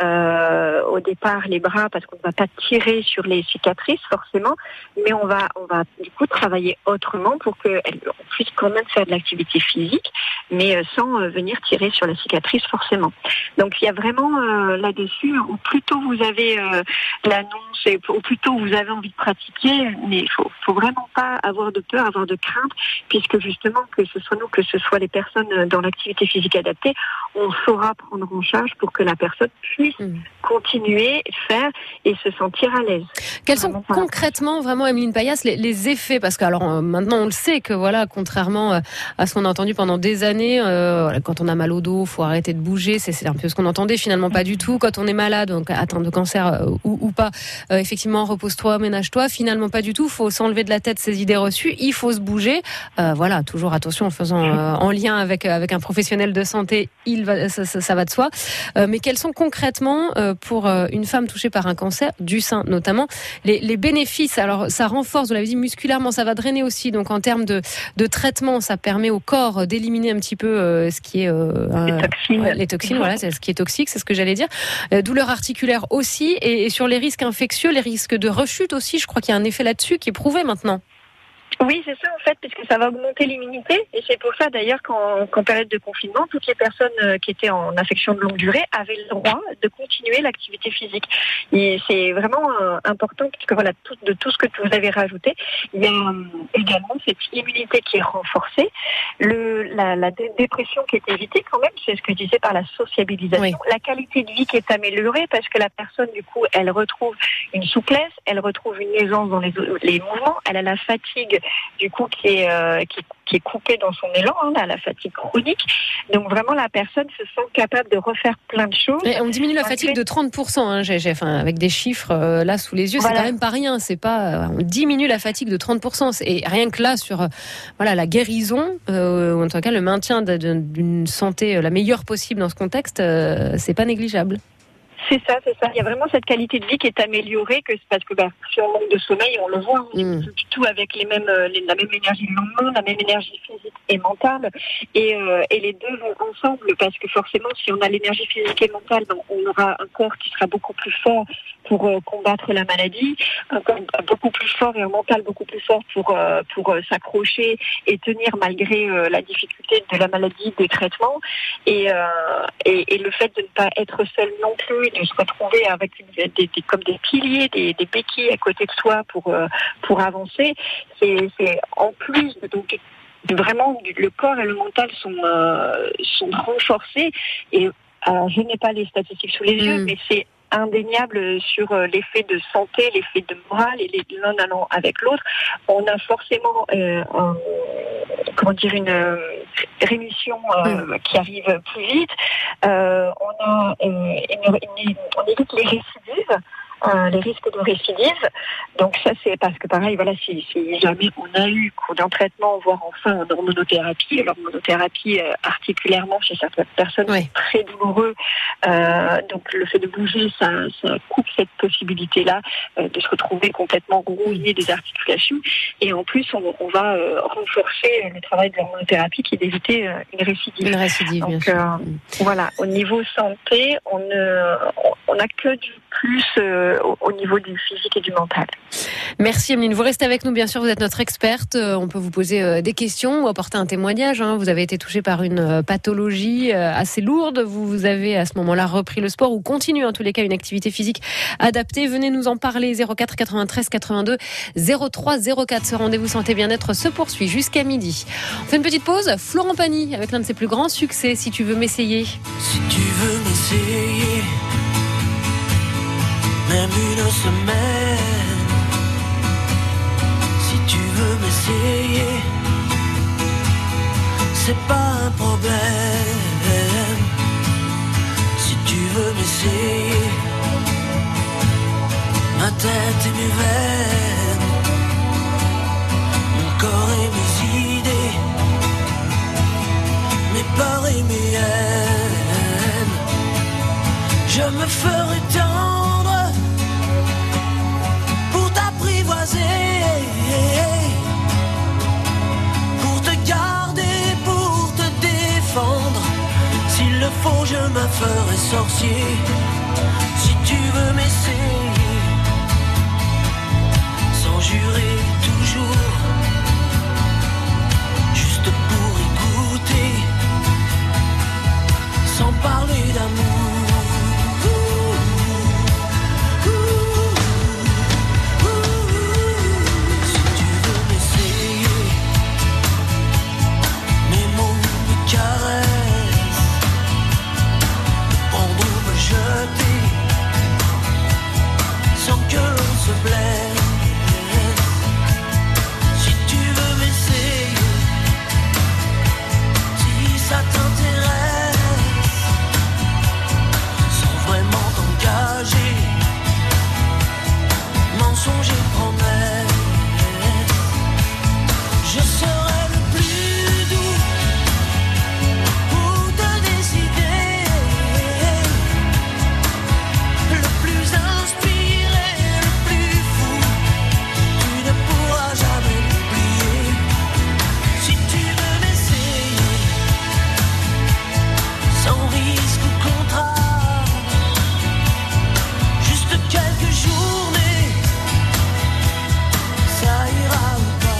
au départ les bras parce qu'on ne va pas tirer sur les cicatrices forcément, mais on va du coup travailler autrement pour qu'on puisse quand même faire de l'activité physique, mais sans venir tirer sur la cicatrice forcément. Donc il y a vraiment là-dessus, au plus tôt vous avez l'annonce et au plus tôt vous avez envie de pratiquer, mais il faut vraiment pas avoir de peur, avoir de crainte, puisque justement que ce soit nous, que ce soit les personnes dans l'activité physique adaptée, on saura prendre en charge pour que la personne puisse continuer, faire et se sentir à l'aise. Quels sont concrètement, vraiment, Emeline Paillasse, les effets? Parce que maintenant on le sait que contrairement à ce qu'on a entendu pendant des années, quand on a mal au dos, faut arrêter de bouger, c'est un peu ce qu'on entendait, finalement pas du tout. Quand on est malade, donc atteint de cancer ou pas, effectivement repose-toi, ménage-toi, finalement pas du tout. Faut s'enlever de la tête ces idées reçues, il faut se bouger. Toujours attention en faisant en lien avec un professionnel de santé, ça va de soi. Mais quels sont concrètement pour une femme touchée par un cancer du sein notamment les bénéfices? Alors ça renforce, vous l'avez dit, musculairement, ça va drainer aussi, donc en termes de traitement, ça permet au corps d'éliminer un petit peu ce qui est les toxines, c'est ce qui est toxique, c'est ce que j'allais dire. Douleurs articulaires aussi, et sur les risques infectieux, les risques de rechute aussi, je crois qu'il y a un effet là-dessus qui est prouvé maintenant. Oui, c'est ça en fait, parce que ça va augmenter l'immunité, et c'est pour ça d'ailleurs qu'en période de confinement, toutes les personnes qui étaient en affection de longue durée avaient le droit de continuer l'activité physique. Et c'est vraiment important, puisque de tout ce que vous avez rajouté, il y a également cette immunité qui est renforcée, la dépression qui est évitée quand même, c'est ce que je disais par la sociabilisation, la qualité de vie qui est améliorée, parce que la personne du coup, elle retrouve une souplesse, elle retrouve une aisance dans les mouvements, elle a la fatigue du coup qui est coupée dans son élan, la fatigue chronique. Donc vraiment la personne se sent capable de refaire plein de choses. Et on diminue la fatigue de 30%, avec des chiffres là sous les yeux, c'est quand même pas rien. On diminue la fatigue de 30%. Et rien que là sur la guérison, ou en tout cas le maintien d'une santé la meilleure possible dans ce contexte, c'est pas négligeable. C'est ça. Il y a vraiment cette qualité de vie qui est améliorée, parce que si on manque de sommeil, on le voit, on n'est plus du tout avec la même énergie le lendemain, la même énergie physique et mentale, et les deux vont ensemble, parce que forcément, si on a l'énergie physique et mentale, on aura un corps qui sera beaucoup plus fort pour combattre la maladie, un corps beaucoup plus fort et un mental beaucoup plus fort pour s'accrocher et tenir malgré la difficulté de la maladie, des traitements, et le fait de ne pas être seul non plus, de se retrouver avec comme des piliers, des béquilles à côté de soi pour avancer, c'est en plus donc vraiment le corps et le mental sont renforcés. Et alors je n'ai pas les statistiques sous les yeux, mais c'est indéniable sur l'effet de santé, l'effet de morale, et l'un allant avec l'autre. On a forcément une rémission qui arrive plus vite. On évite les récidives. Les risques de récidive. Donc ça, c'est parce que pareil, voilà, si jamais on a eu cours d'un traitement, voire enfin en hormonothérapie, l'hormonothérapie particulièrement chez certaines personnes, c'est très douloureux. Donc le fait de bouger, ça coupe cette possibilité-là de se retrouver complètement rouillé des articulations. Et en plus, on va renforcer le travail de l'hormonothérapie qui est d'éviter une récidive. Une récidive, donc, bien sûr. Voilà, au niveau santé, on n'a que du plus au niveau du physique et du mental. Merci Emeline, vous restez avec nous, bien sûr, vous êtes notre experte, on peut vous poser des questions ou apporter un témoignage, vous avez été touchée par une pathologie assez lourde, vous avez à ce moment-là repris le sport ou continué en tous les cas une activité physique adaptée, venez nous en parler, 04 93 82 03 04, ce rendez-vous santé bien-être se poursuit jusqu'à midi. On fait une petite pause, Florent Pagny avec l'un de ses plus grands succès, Si tu veux m'essayer. Si tu veux m'essayer, même une semaine, si tu veux m'essayer, c'est pas un problème. Si tu veux m'essayer, ma tête et mes veines, mon corps et mes idées, mes peurs et mes haines, je me ferai tendre pour t'apprivoiser, pour te garder, pour te défendre. S'il le faut, je me ferai sorcier. Si tu veux m'essayer, sans jurer toujours, juste pour écouter, sans parler d'amour. Sans que l'on se blesse. Si tu veux m'essayer, si ça t'intéresse, sans vraiment t'engager, mensonge et promesse, je serai le plus doux pour te décider, le plus inspiré, le plus fou, tu ne pourras jamais m'oublier. Si tu veux m'essayer, sans risque ou contrat, juste quelques journées, ça ira ou pas.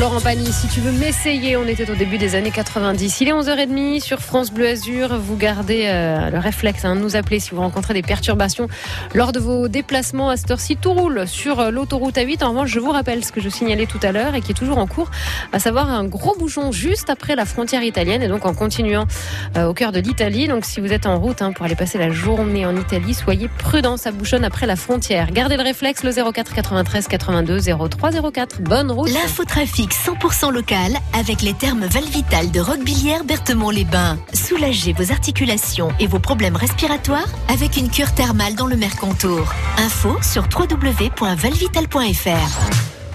Florent Pagny, si tu veux m'essayer, on était au début des années 90. Il est 11h30 sur France Bleu Azur. Vous gardez le réflexe de nous appeler si vous rencontrez des perturbations lors de vos déplacements. À cette heure-ci, tout roule sur l'autoroute A8. En revanche, je vous rappelle ce que je signalais tout à l'heure et qui est toujours en cours, à savoir un gros bouchon juste après la frontière italienne et donc en continuant au cœur de l'Italie. Donc si vous êtes en route pour aller passer la journée en Italie, soyez prudents, ça bouchonne après la frontière. Gardez le réflexe, le 04 93 82 03 04. Bonne route. L'infotrafic 100% local avec les thermes Valvital de Roquebillière Berthemont-les-Bains. Soulagez vos articulations et vos problèmes respiratoires avec une cure thermale dans le Mercantour. Info sur www.valvital.fr.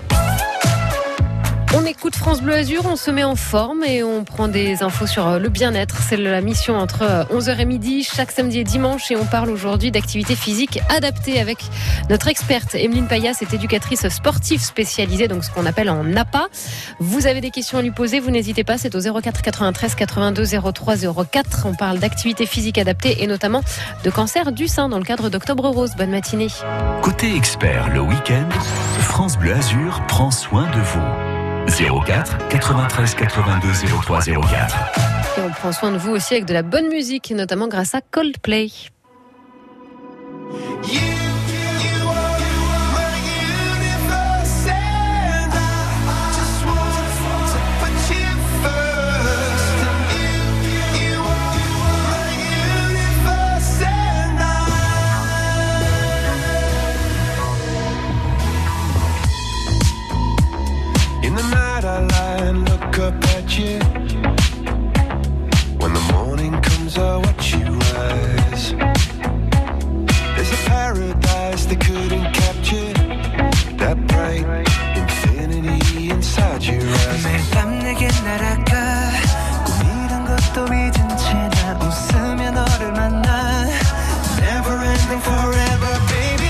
On écoute France Bleu Azur, on se met en forme et on prend des infos sur le bien-être. C'est la mission entre 11h et midi, chaque samedi et dimanche. Et on parle aujourd'hui d'activité physique adaptée avec notre experte Emeline Payas, est éducatrice sportive spécialisée, donc ce qu'on appelle en APA. Vous avez des questions à lui poser, vous n'hésitez pas, c'est au 04 93 82 03 04. On parle d'activité physique adaptée et notamment de cancer du sein dans le cadre d'Octobre Rose. Bonne matinée. Côté expert, le week-end, France Bleu Azur prend soin de vous. 04 93 82 03 04. Et on prend soin de vous aussi avec de la bonne musique, notamment grâce à Coldplay. In the night I lie and look up at you. When the morning comes I watch you rise. There's a paradise they couldn't capture. That bright infinity inside your eyes. 매일 밤 내게 날아가 꿈이란 것도 잊은 채 나 웃으며 너를 만나. Never ending forever baby.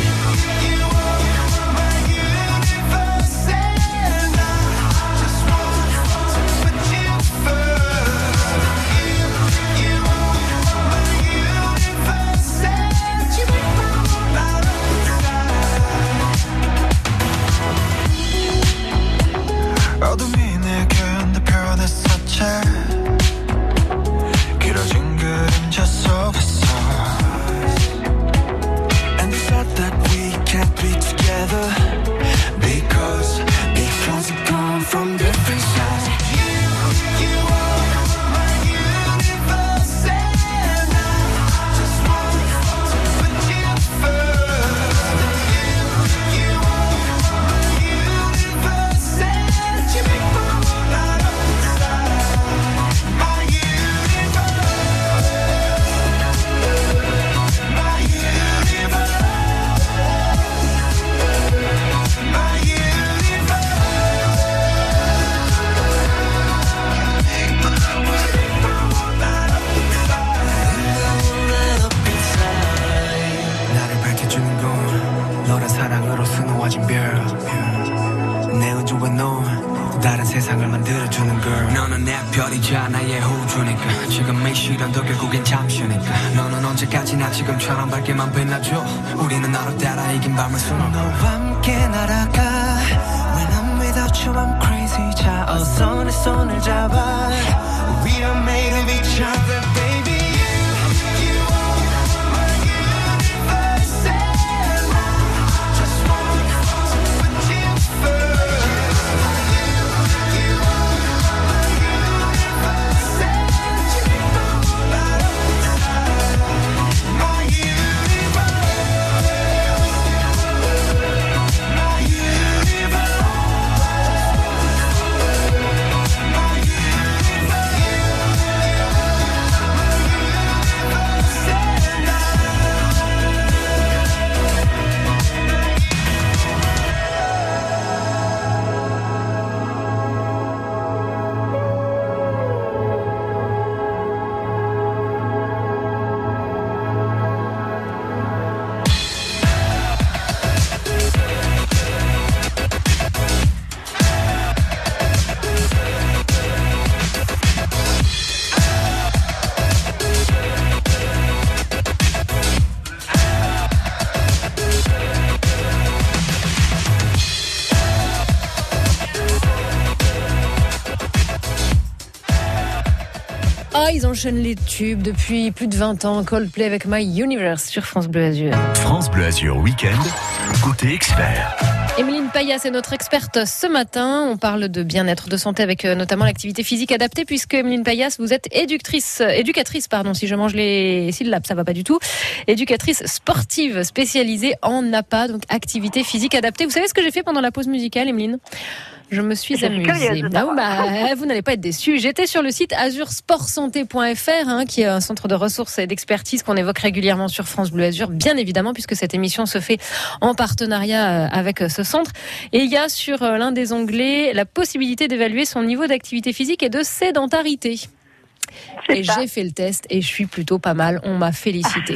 어둠이 내게 덮여냈었지 길어진 그림자 속에서 And they said that we can't be together Because we come from different sides You are my universe And I just want to put you first You are my universe And you make my world light up inside My universe My universe My 나를 밝혀주는 건 너란 사랑으로 수놓아진 별 내 우주와 너 다른 세상을 만들어주는 girl 너는 내 별이자 나의 호주니까 지금의 시련도 결국엔 잠시니까 너는 언제까지나 지금처럼 밝게만 빛나줘 우리는 너로 따라 이긴 밤을 수놓고 너와 함께 날아가 When I'm without you I'm crazy 자 어서 내 손을 잡아 We are made of each other baby You are my universe And I just want to put you first You are my universe And you make my world light up inside My universe My universe My universe Ah, ils enchaînent les tubes depuis plus de 20 ans. Coldplay avec My Universe sur France Bleu Azur. France Bleu Azur Week-end, côté expert. Emeline Payas est notre experte ce matin. On parle de bien-être, de santé avec notamment l'activité physique adaptée, puisque Emeline Payas, vous êtes éducatrice, si je mange les syllabes, ça va pas du tout. Éducatrice sportive spécialisée en APA, donc activité physique adaptée. Vous savez ce que j'ai fait pendant la pause musicale, Emeline ? Je me suis amusée. Vous n'allez pas être déçus. J'étais sur le site azursportsanté.fr, qui est un centre de ressources et d'expertise qu'on évoque régulièrement sur France Bleu Azur, bien évidemment, puisque cette émission se fait en partenariat avec ce centre. Et il y a sur l'un des onglets la possibilité d'évaluer son niveau d'activité physique et de sédentarité. Et j'ai fait le test et je suis plutôt pas mal. On m'a félicité.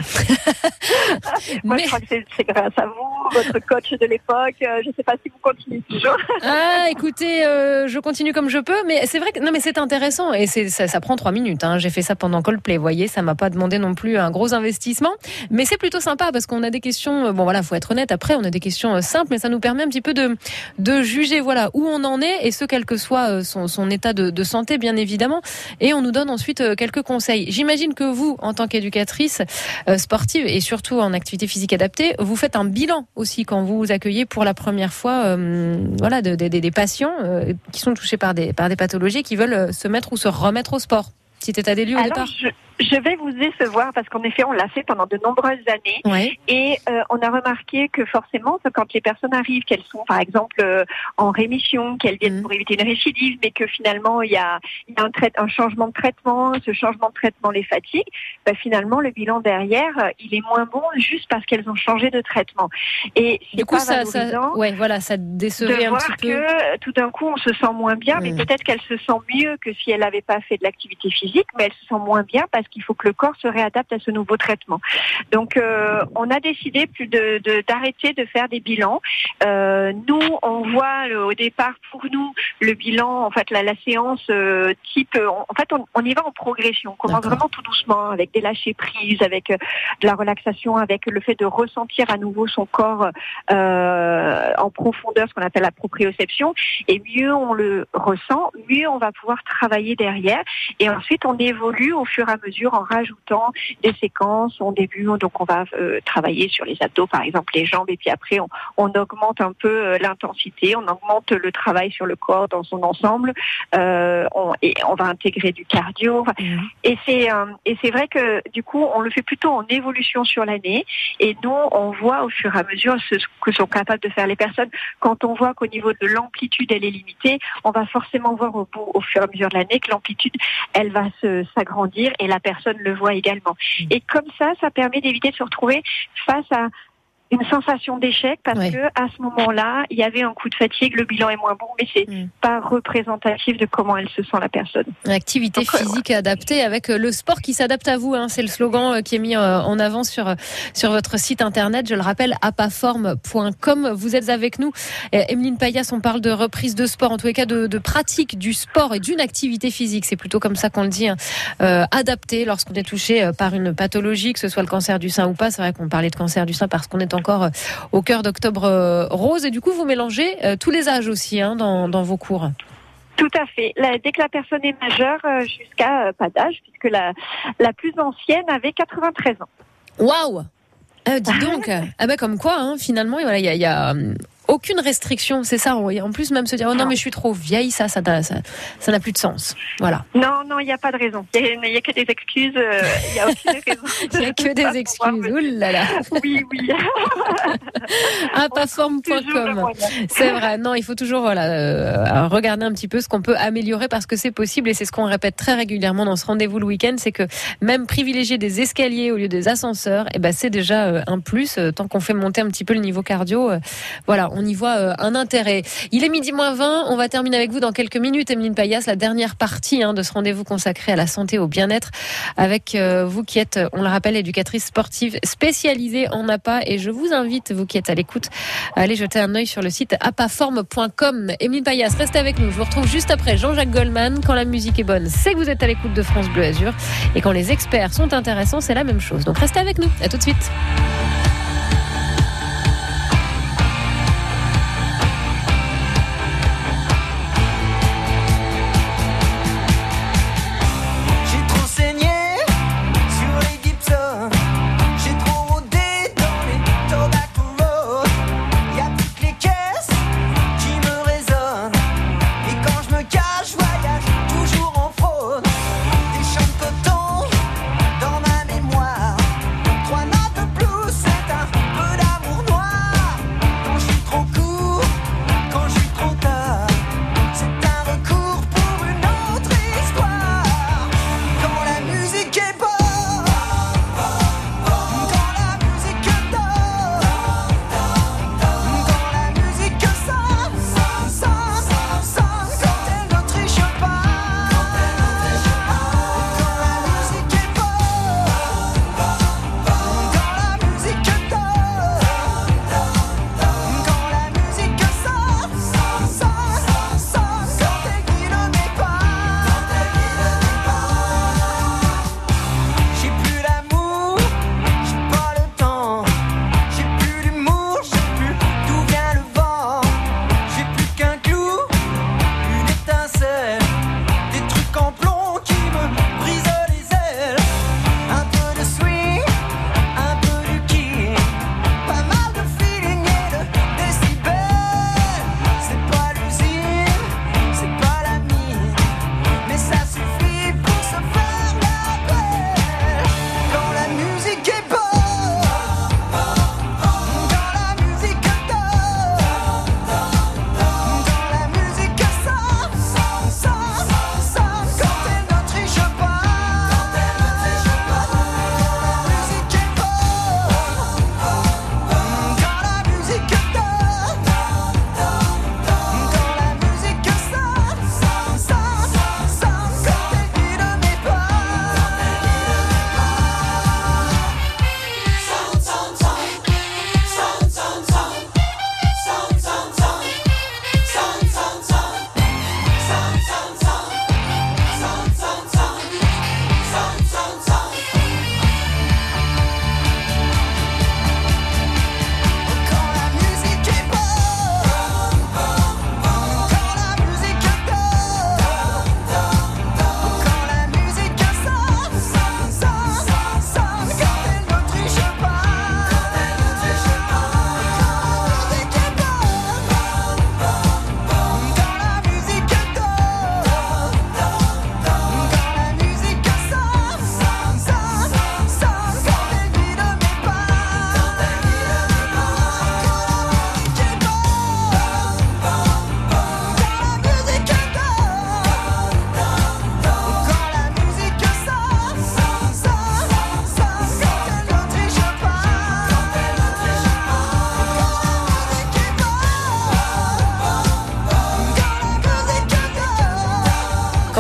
Moi, je crois que c'est grâce à vous, votre coach de l'époque. Je ne sais pas si vous continuez toujours. Ah, écoutez, je continue comme je peux, mais c'est vrai que non, mais c'est intéressant et ça prend 3 minutes. J'ai fait ça pendant Coldplay. Vous voyez, ça m'a pas demandé non plus un gros investissement, mais c'est plutôt sympa parce qu'on a des questions. Faut être honnête. Après, on a des questions simples, mais ça nous permet un petit peu de juger, où on en est et ce quel que soit son état de santé, bien évidemment. Et on nous donne ensuite quelques conseils. J'imagine que vous, en tant qu'éducatrice sportive et surtout en activité physique adaptée, vous faites un bilan aussi quand vous accueillez pour la première fois des patients qui sont touchés par des pathologies qui veulent se mettre ou se remettre au sport. Petit état des lieux au départ. Je vais vous décevoir parce qu'en effet, on l'a fait pendant de nombreuses années. Ouais. Et on a remarqué que forcément, quand les personnes arrivent, qu'elles sont par exemple en rémission, qu'elles viennent pour éviter une récidive, mais que finalement il y a un changement de traitement, ce changement de traitement les fatigue, finalement le bilan derrière, il est moins bon juste parce qu'elles ont changé de traitement. Et du coup, ça décevait un petit peu. De voir que tout d'un coup, on se sent moins bien, mais peut-être qu'elle se sent mieux que si elle n'avait pas fait de l'activité physique, mais elle se sent moins bien parce qu'il faut que le corps se réadapte à ce nouveau traitement. Donc, on a décidé d'arrêter de faire des bilans. Nous, on voit au départ pour nous le bilan, en fait, la séance type. On y va en progression. On commence vraiment tout doucement avec des lâchers prises, avec de la relaxation, avec le fait de ressentir à nouveau son corps en profondeur, ce qu'on appelle la proprioception. Et mieux on le ressent, mieux on va pouvoir travailler derrière. Et ensuite, on évolue au fur et à mesure en rajoutant des séquences. Au début, donc on va travailler sur les abdos, par exemple les jambes, et puis après on augmente un peu l'intensité, on augmente le travail sur le corps dans son ensemble, et on va intégrer du cardio. Et c'est vrai que du coup on le fait plutôt en évolution sur l'année, et nous on voit au fur et à mesure ce que sont capables de faire les personnes. Quand on voit qu'au niveau de l'amplitude elle est limitée, on va forcément voir au fur et à mesure de l'année que l'amplitude elle va s'agrandir et la personne le voit également. Et comme ça permet d'éviter de se retrouver face à une sensation d'échec parce que à ce moment-là, il y avait un coup de fatigue, le bilan est moins bon, mais c'est pas représentatif de comment elle se sent la personne. Activité physique adaptée avec le sport qui s'adapte à vous, c'est le slogan qui est mis en avant sur votre site internet. Je le rappelle, apaform.com. Vous êtes avec nous, Emeline Payas. On parle de reprise de sport, en tous les cas de pratique du sport et d'une activité physique. C'est plutôt comme ça qu'on le dit, adaptée lorsqu'on est touché par une pathologie, que ce soit le cancer du sein ou pas. C'est vrai qu'on parlait de cancer du sein parce qu'on est encore au cœur d'Octobre Rose, et du coup vous mélangez tous les âges aussi dans vos cours. Tout à fait. Dès que la personne est majeure jusqu'à pas d'âge, puisque la plus ancienne avait 93 ans. Waouh. Dis donc, comme quoi, finalement, il y a aucune restriction, c'est ça. En plus, même se dire non, mais je suis trop vieille, ça n'a plus de sens. Voilà. Non, il n'y a pas de raison. Il n'y a que des excuses. Il n'y a aucune raison. Il n'y a que des excuses. Ouh là là. Oui. Apaform.com. C'est vrai. Non, il faut toujours regarder un petit peu ce qu'on peut améliorer parce que c'est possible, et c'est ce qu'on répète très régulièrement dans ce rendez-vous le week-end, c'est que même privilégier des escaliers au lieu des ascenseurs, c'est déjà un plus. Tant qu'on fait monter un petit peu le niveau cardio, on y voit un intérêt. Il est 12h20, on va terminer avec vous dans quelques minutes, Emeline Payas, la dernière partie de ce rendez-vous consacré à la santé et au bien-être, avec vous qui êtes, on le rappelle, éducatrice sportive spécialisée en APA, et je vous invite, vous qui êtes à l'écoute, à aller jeter un œil sur le site apaform.com. Emeline Payas, restez avec nous, je vous retrouve juste après Jean-Jacques Goldman. Quand la musique est bonne, c'est que vous êtes à l'écoute de France Bleu Azur, et quand les experts sont intéressants, c'est la même chose. Donc restez avec nous, à tout de suite.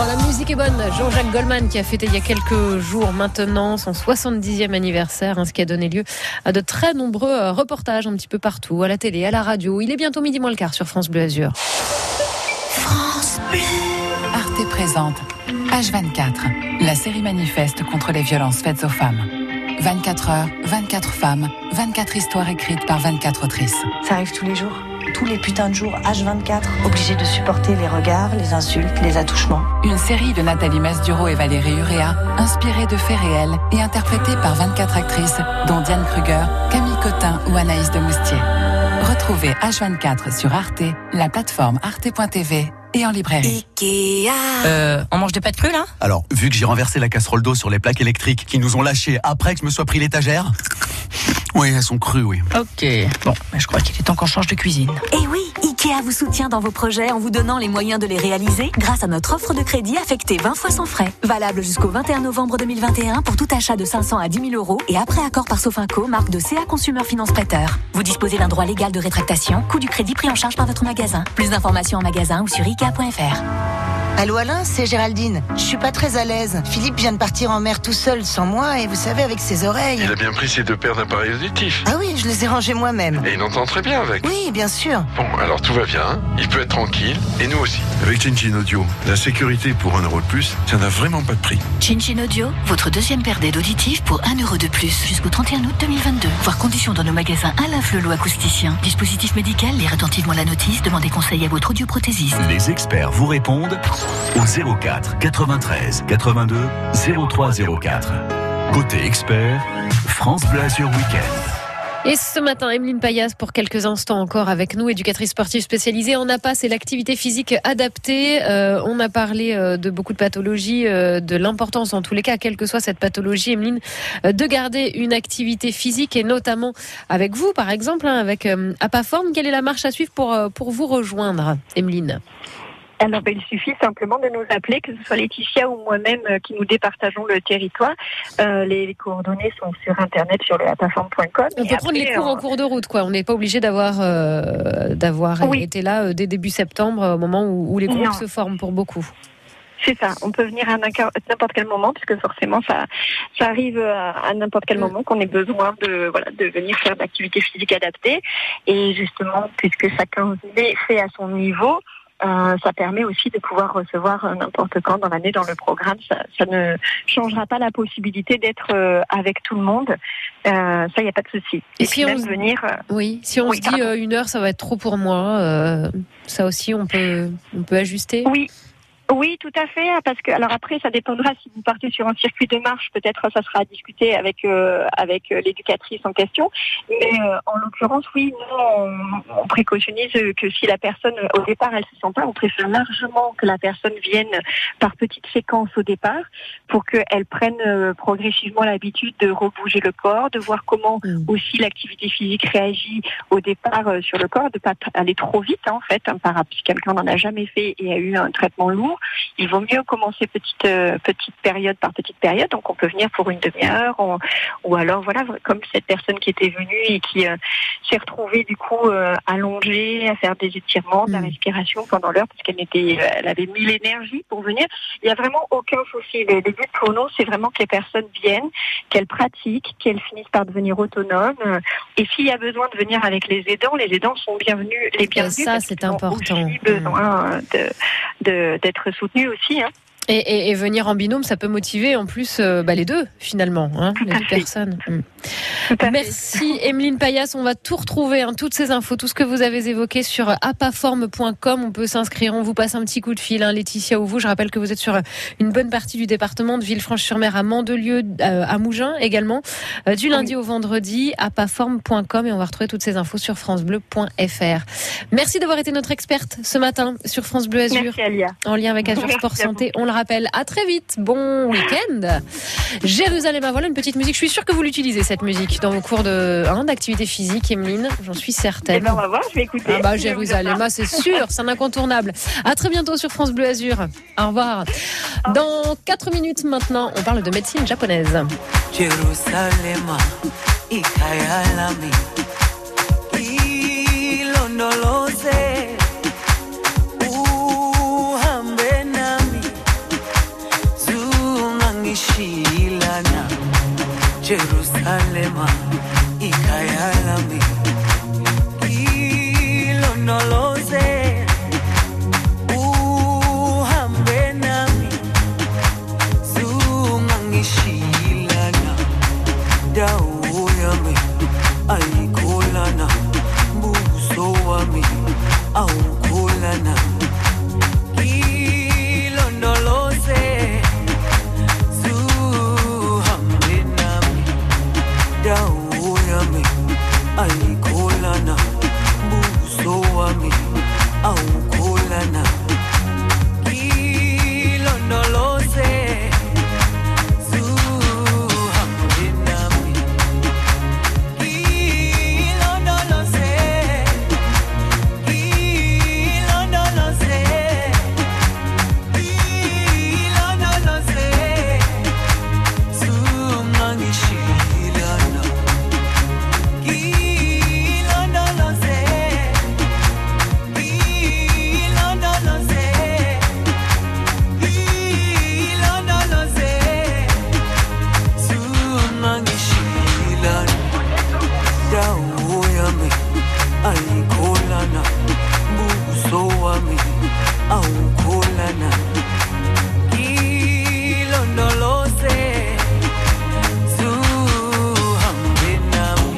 La musique est bonne. Jean-Jacques Goldman qui a fêté il y a quelques jours maintenant son 70e anniversaire, ce qui a donné lieu à de très nombreux reportages un petit peu partout, à la télé, à la radio. Il est bientôt 12:15 sur France Bleu Azur. France Bleu. Arte présente H24, la série manifeste contre les violences faites aux femmes. 24 heures, 24 femmes, 24 histoires écrites par 24 autrices. Ça arrive tous les jours. Tous les putains de jours, H24, obligés de supporter les regards, les insultes, les attouchements. Une série de Nathalie Masduro et Valérie Urea, inspirée de faits réels et interprétée par 24 actrices, dont Diane Kruger, Camille Cotin ou Anaïs de Moustier. Retrouvez H24 sur Arte, la plateforme arte.tv et en librairie. On mange des pâtes crues là ? Alors, vu que j'ai renversé la casserole d'eau sur les plaques électriques qui nous ont lâchés après que je me sois pris l'étagère, oui, elles sont crues, oui. Ok, bon, mais je crois qu'il est temps qu'on change de cuisine. Et oui, Ikea vous soutient dans vos projets en vous donnant les moyens de les réaliser grâce à notre offre de crédit affectée 20 fois sans frais. Valable jusqu'au 21 novembre 2021 pour tout achat de 500 à 10 000 euros et après accord par Sofinco, marque de CA Consumer Finance Prêteur. Vous disposez d'un droit légal de rétractation, coût du crédit pris en charge par votre magasin. Plus d'informations en magasin ou sur ikea.fr. Allô Alain, c'est Géraldine. Je suis pas très à l'aise. Philippe vient de partir en mer tout seul sans moi et vous savez avec ses oreilles. Il a bien pris ses 2 paires d'appareils auditifs. Ah oui, je les ai rangés moi-même. Et il entend très bien avec. Oui, bien sûr. Bon, alors tout va bien, il peut être tranquille, et nous aussi. Avec Cincin Audio, la sécurité pour 1 euro de plus, ça n'a vraiment pas de prix. Cincin Audio, votre deuxième paire d'aides auditives pour 1 euro de plus jusqu'au 31 août 2022. Voir conditions dans nos magasins Alain Flelot acousticien. Dispositif médical, lire attentivement la notice, demandez conseil à votre audioprothésiste. Les experts vous répondent au 04 93 82 03 04. Côté expert, France Bleu Azur Week-end. Et ce matin, Emeline Payas pour quelques instants encore avec nous, éducatrice sportive spécialisée en APA, c'est l'activité physique adaptée. On a parlé de beaucoup de pathologies, de l'importance en tous les cas, quelle que soit cette pathologie, Emeline, de garder une activité physique et notamment avec vous, par exemple, avec APAForm. Quelle est la marche à suivre pour vous rejoindre, Emeline ? Alors, il suffit simplement de nous appeler, que ce soit Laetitia ou moi-même qui nous départageons le territoire. Les coordonnées sont sur Internet, sur le apaform.com. On peut prendre les cours en cours de route, quoi. On n'est pas obligé d'avoir été là dès début septembre, au moment où les groupes se forment pour beaucoup. C'est ça, on peut venir à n'importe quel moment, puisque forcément ça arrive à n'importe quel moment qu'on ait besoin de venir faire d'activités physiques adaptées. Et justement, puisque chacun fait à son niveau, ça permet aussi de pouvoir recevoir n'importe quand dans l'année dans le programme. Ça ne changera pas la possibilité d'être avec tout le monde. Ça, il n'y a pas de souci. Et si on venir. Si on se dit 1 heure, ça va être trop pour moi. Ça aussi, on peut ajuster. Oui, tout à fait, parce que alors après ça dépendra si vous partez sur un circuit de marche, peut-être ça sera à discuter avec l'éducatrice en question, mais en l'occurrence oui, nous on précautionnise que si la personne au départ elle se sent pas, on préfère largement que la personne vienne par petites séquences au départ pour qu'elle prenne progressivement l'habitude de rebouger le corps, de voir comment aussi l'activité physique réagit au départ sur le corps, de pas aller trop vite si quelqu'un n'en a jamais fait et a eu un traitement lourd. Il vaut mieux commencer petite période par petite période, donc on peut venir pour 1 demi-heure ou alors comme cette personne qui était venue et qui s'est retrouvée du coup allongée à faire des étirements, de la respiration pendant l'heure parce elle avait mis l'énergie pour venir. Il n'y a vraiment aucun souci. Le but pour nous, c'est vraiment que les personnes viennent, qu'elles pratiquent, qu'elles finissent par devenir autonomes. Et s'il y a besoin de venir avec les aidants sont bienvenus. Les bienvenus. Ça, c'est important. Aussi besoin d'être soutenus aussi. Et venir en binôme, ça peut motiver en plus les deux, finalement, les deux personnes. Merci Emeline Payas, on va tout retrouver, toutes ces infos, tout ce que vous avez évoqué sur apaform.com. On peut s'inscrire, on vous passe un petit coup de fil, Laetitia ou vous. Je rappelle que vous êtes sur une bonne partie du département de Villefranche-sur-Mer, à Mandelieu, à Mougins également, du lundi au vendredi, apaform.com, et on va retrouver toutes ces infos sur francebleu.fr. Merci d'avoir été notre experte ce matin sur France Bleu Azur. Merci Alia. En lien avec Azur Sport Santé, on le rappelle. À très vite, bon week-end. Jérusalem, voilà une petite musique. Je suis sûre que vous l'utilisez cette musique dans vos cours d'activité physique, Emeline. J'en suis certaine. On va voir, je vais écouter. Jérusalem, c'est sûr, c'est un incontournable. À très bientôt sur France Bleu Azur. Au revoir. Dans 4 minutes maintenant, on parle de médecine japonaise. Jérusalem, Jerusalema ikayalami ilonoloze uhambe nami zungangishilana dawo yami ayikholana buso wami awukholana ilondoloze zuhambe nami dawo yami ayikholana buso wami awukholana ilondoloze zuhambe nami ilondoloze ilondoloze ilondoloze zungangishilana ilondoloze ilondoloze ilondoloze zungangishilana dawo yami ayikholana buso wami awukholana ilondoloze zuhambe nami.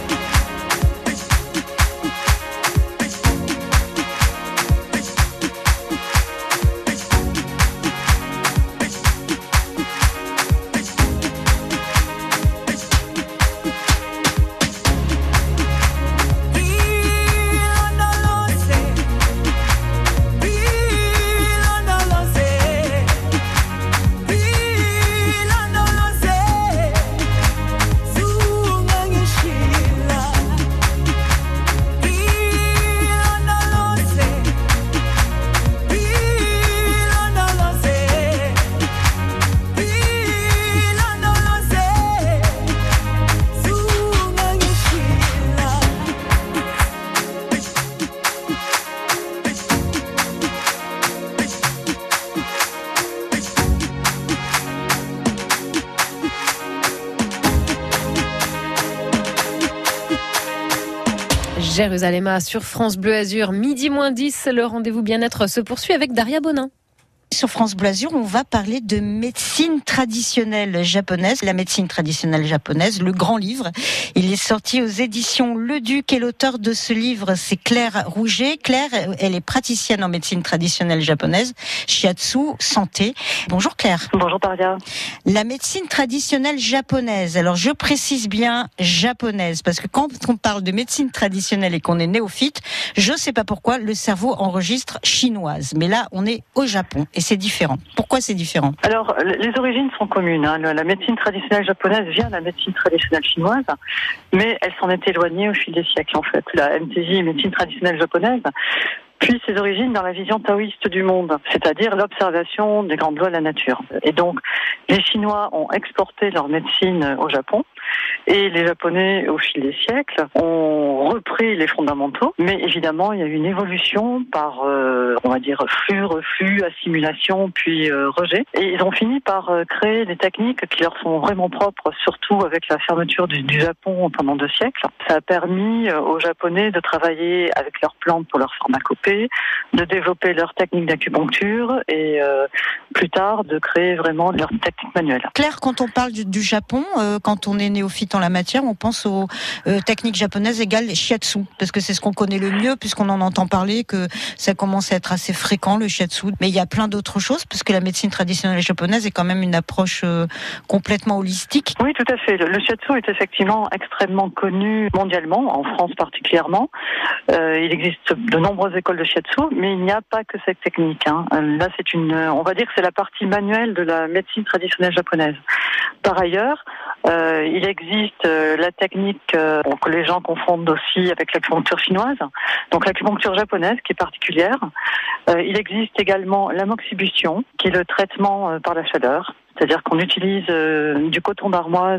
Jérusalem sur France Bleu Azur, midi moins 10, le rendez-vous bien-être se poursuit avec Daria Bonin. Sur France Bleu Azur, on va parler de médecine traditionnelle japonaise. La médecine traditionnelle japonaise, le grand livre. Il est sorti aux éditions Le Duc et l'auteur de ce livre, c'est Claire Rouget. Claire, elle est praticienne en médecine traditionnelle japonaise, shiatsu, santé. Bonjour Claire. Bonjour Daria. La médecine traditionnelle japonaise. Alors je précise bien japonaise, parce que quand on parle de médecine traditionnelle et qu'on est néophyte, je ne sais pas pourquoi le cerveau enregistre chinoise. Mais là, on est au Japon. Et c'est différent. Pourquoi c'est différent ? Alors, les origines sont communes. La médecine traditionnelle japonaise vient de la médecine traditionnelle chinoise, mais elle s'en est éloignée au fil des siècles, en fait. La MTJ, médecine traditionnelle japonaise, puis ses origines dans la vision taoïste du monde, c'est-à-dire l'observation des grandes lois de la nature. Et donc, les Chinois ont exporté leur médecine au Japon, et les Japonais, au fil des siècles, ont repris les fondamentaux, mais évidemment, il y a eu une évolution par, on va dire, flux, reflux, assimilation, puis rejet. Et ils ont fini par créer des techniques qui leur sont vraiment propres, surtout avec la fermeture du Japon pendant 2 siècles. Ça a permis aux Japonais de travailler avec leurs plantes pour leur pharmacopée, de développer leurs techniques d'acupuncture et plus tard de créer vraiment leurs techniques manuelles. Claire, quand on parle du Japon, quand on est néophyte en la matière, on pense aux techniques japonaises égales shiatsu, parce que c'est ce qu'on connaît le mieux, puisqu'on en entend parler, que ça commence à être assez fréquent, le shiatsu. Mais il y a plein d'autres choses, parce que la médecine traditionnelle japonaise est quand même une approche complètement holistique. Oui, tout à fait. Le shiatsu est effectivement extrêmement connu mondialement, en France particulièrement. Il existe de nombreuses écoles de shiatsu, mais il n'y a pas que cette technique. Là, on va dire que c'est la partie manuelle de la médecine traditionnelle japonaise. Par ailleurs, il existe la technique que les gens confondent aussi avec l'acupuncture chinoise, donc l'acupuncture japonaise qui est particulière. Il existe également l'amoxibustion, qui est le traitement par la chaleur. C'est-à-dire qu'on utilise du coton d'armoise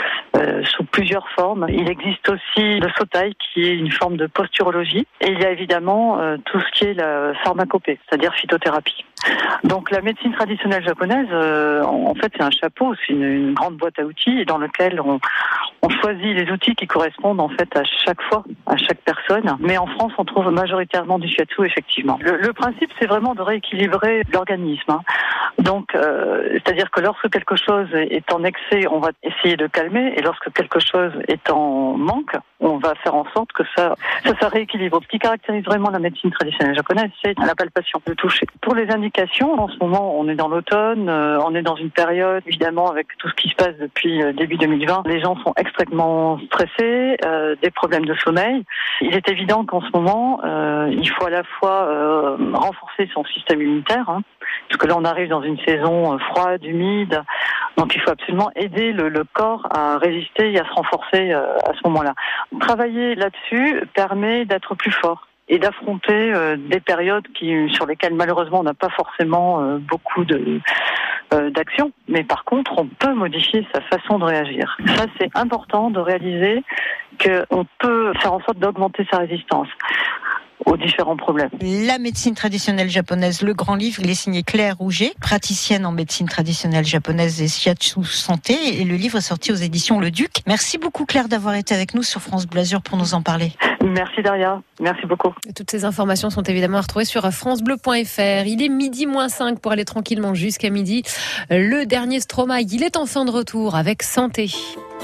sous plusieurs formes. Il existe aussi le sotai, qui est une forme de posturologie. Et il y a évidemment tout ce qui est la pharmacopée, c'est-à-dire phytothérapie. Donc la médecine traditionnelle japonaise, en fait, c'est un chapeau, c'est une grande boîte à outils dans lequel on choisit les outils qui correspondent en fait à chaque fois, à chaque personne. Mais en France, on trouve majoritairement du shiatsu, effectivement. Le principe, c'est vraiment de rééquilibrer l'organisme. Hein. Donc, c'est-à-dire que lorsque quelque chose est en excès, on va essayer de calmer, et lorsque quelque chose est en manque, on va faire en sorte que ça rééquilibre. Ce qui caractérise vraiment la médecine traditionnelle japonaise, c'est la palpation, le toucher. Pour les indications, en ce moment, on est dans l'automne, on est dans une période, évidemment, avec tout ce qui se passe depuis début 2020, les gens sont extrêmement stressés, des problèmes de sommeil. Il est évident qu'en ce moment, il faut à la fois renforcer son système immunitaire, hein, parce que là, on arrive dans une saison froide, humide, donc il faut absolument aider le corps à résister et à se renforcer à ce moment-là. Travailler là-dessus permet d'être plus fort et d'affronter des périodes sur lesquelles malheureusement on n'a pas forcément beaucoup d'action, mais par contre on peut modifier sa façon de réagir. Ça, c'est important de réaliser qu'on peut faire en sorte d'augmenter sa résistance aux différents problèmes. La médecine traditionnelle japonaise, le grand livre, il est signé Claire Rouget, praticienne en médecine traditionnelle japonaise et shiatsu santé, et le livre est sorti aux éditions Le Duc. Merci beaucoup Claire d'avoir été avec nous sur France Bleu Azur pour nous en parler. Merci Daria, merci beaucoup. Et toutes ces informations sont évidemment à retrouver sur francebleu.fr. Il est 12:05 pour aller tranquillement jusqu'à midi. Le dernier Stromae, il est en fin de retour avec Santé.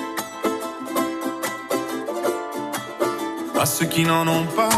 À ceux qui n'en ont pas,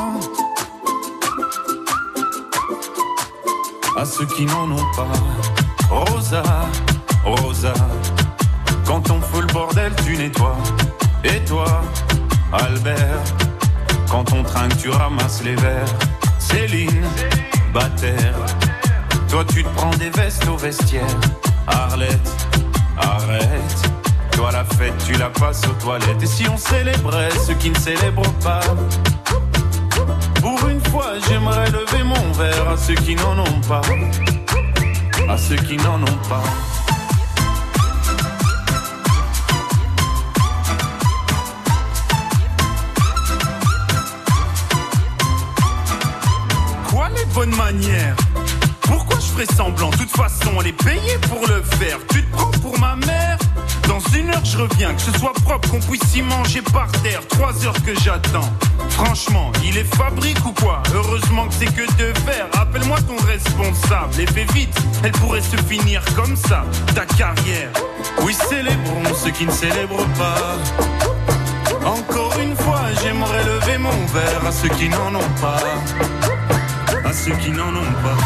à ceux qui n'en ont pas, Rosa, Rosa, quand on fout le bordel tu nettoies. Et toi, Albert, quand on trinque tu ramasses les verres. Céline, Bataire, toi tu te prends des vestes au vestiaire. Arlette, arrête, toi la fête tu la passes aux toilettes. Et si on célébrait ceux qui ne célèbrent pas, pour une fois j'aimerais lever mon verre à ceux qui n'en ont pas, à ceux qui n'en ont pas. Quoi les bonnes manières? Pourquoi je ferais semblant? De toute façon on est payé pour le faire. Tu te prends pour ma mère? Dans 1 heure je reviens, que ce soit propre, qu'on puisse y manger par terre. 3 heures que j'attends. Franchement, il est fabrique ou quoi? Heureusement que c'est que de faire. Appelle-moi ton responsable et fais vite, elle pourrait se finir comme ça, ta carrière. Oui, célébrons ceux qui ne célèbrent pas. Encore une fois, j'aimerais lever mon verre à ceux qui n'en ont pas, à ceux qui n'en ont pas.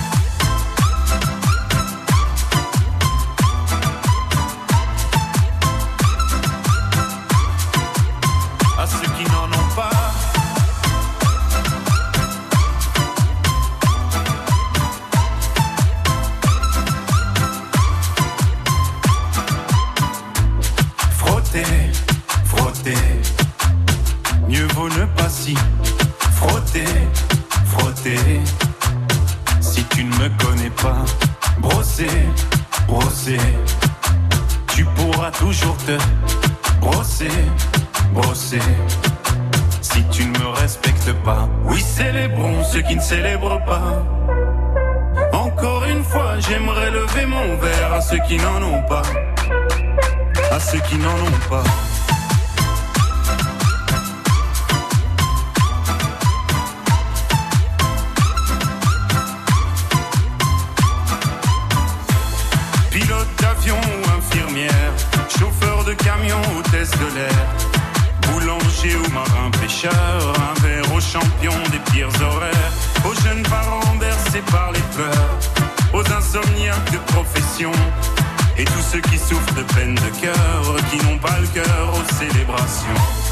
Mieux vaut ne pas s'y frotter, frotter. Si tu ne me connais pas, brosser, brosser. Tu pourras toujours te brosser, brosser. Si tu ne me respectes pas, oui, célébrons ceux qui ne célèbrent pas. Encore une fois, j'aimerais lever mon verre à ceux qui n'en ont pas, à ceux qui n'en ont pas. Pilote d'avion ou infirmière, chauffeur de camion, hôtesse de l'air, boulanger ou marin pêcheur, un verre aux champions des pires horaires, aux jeunes parents bercés par les pleurs, aux insomniaques de profession, et tous ceux qui souffrent de peine de cœur, qui n'ont pas le cœur aux célébrations.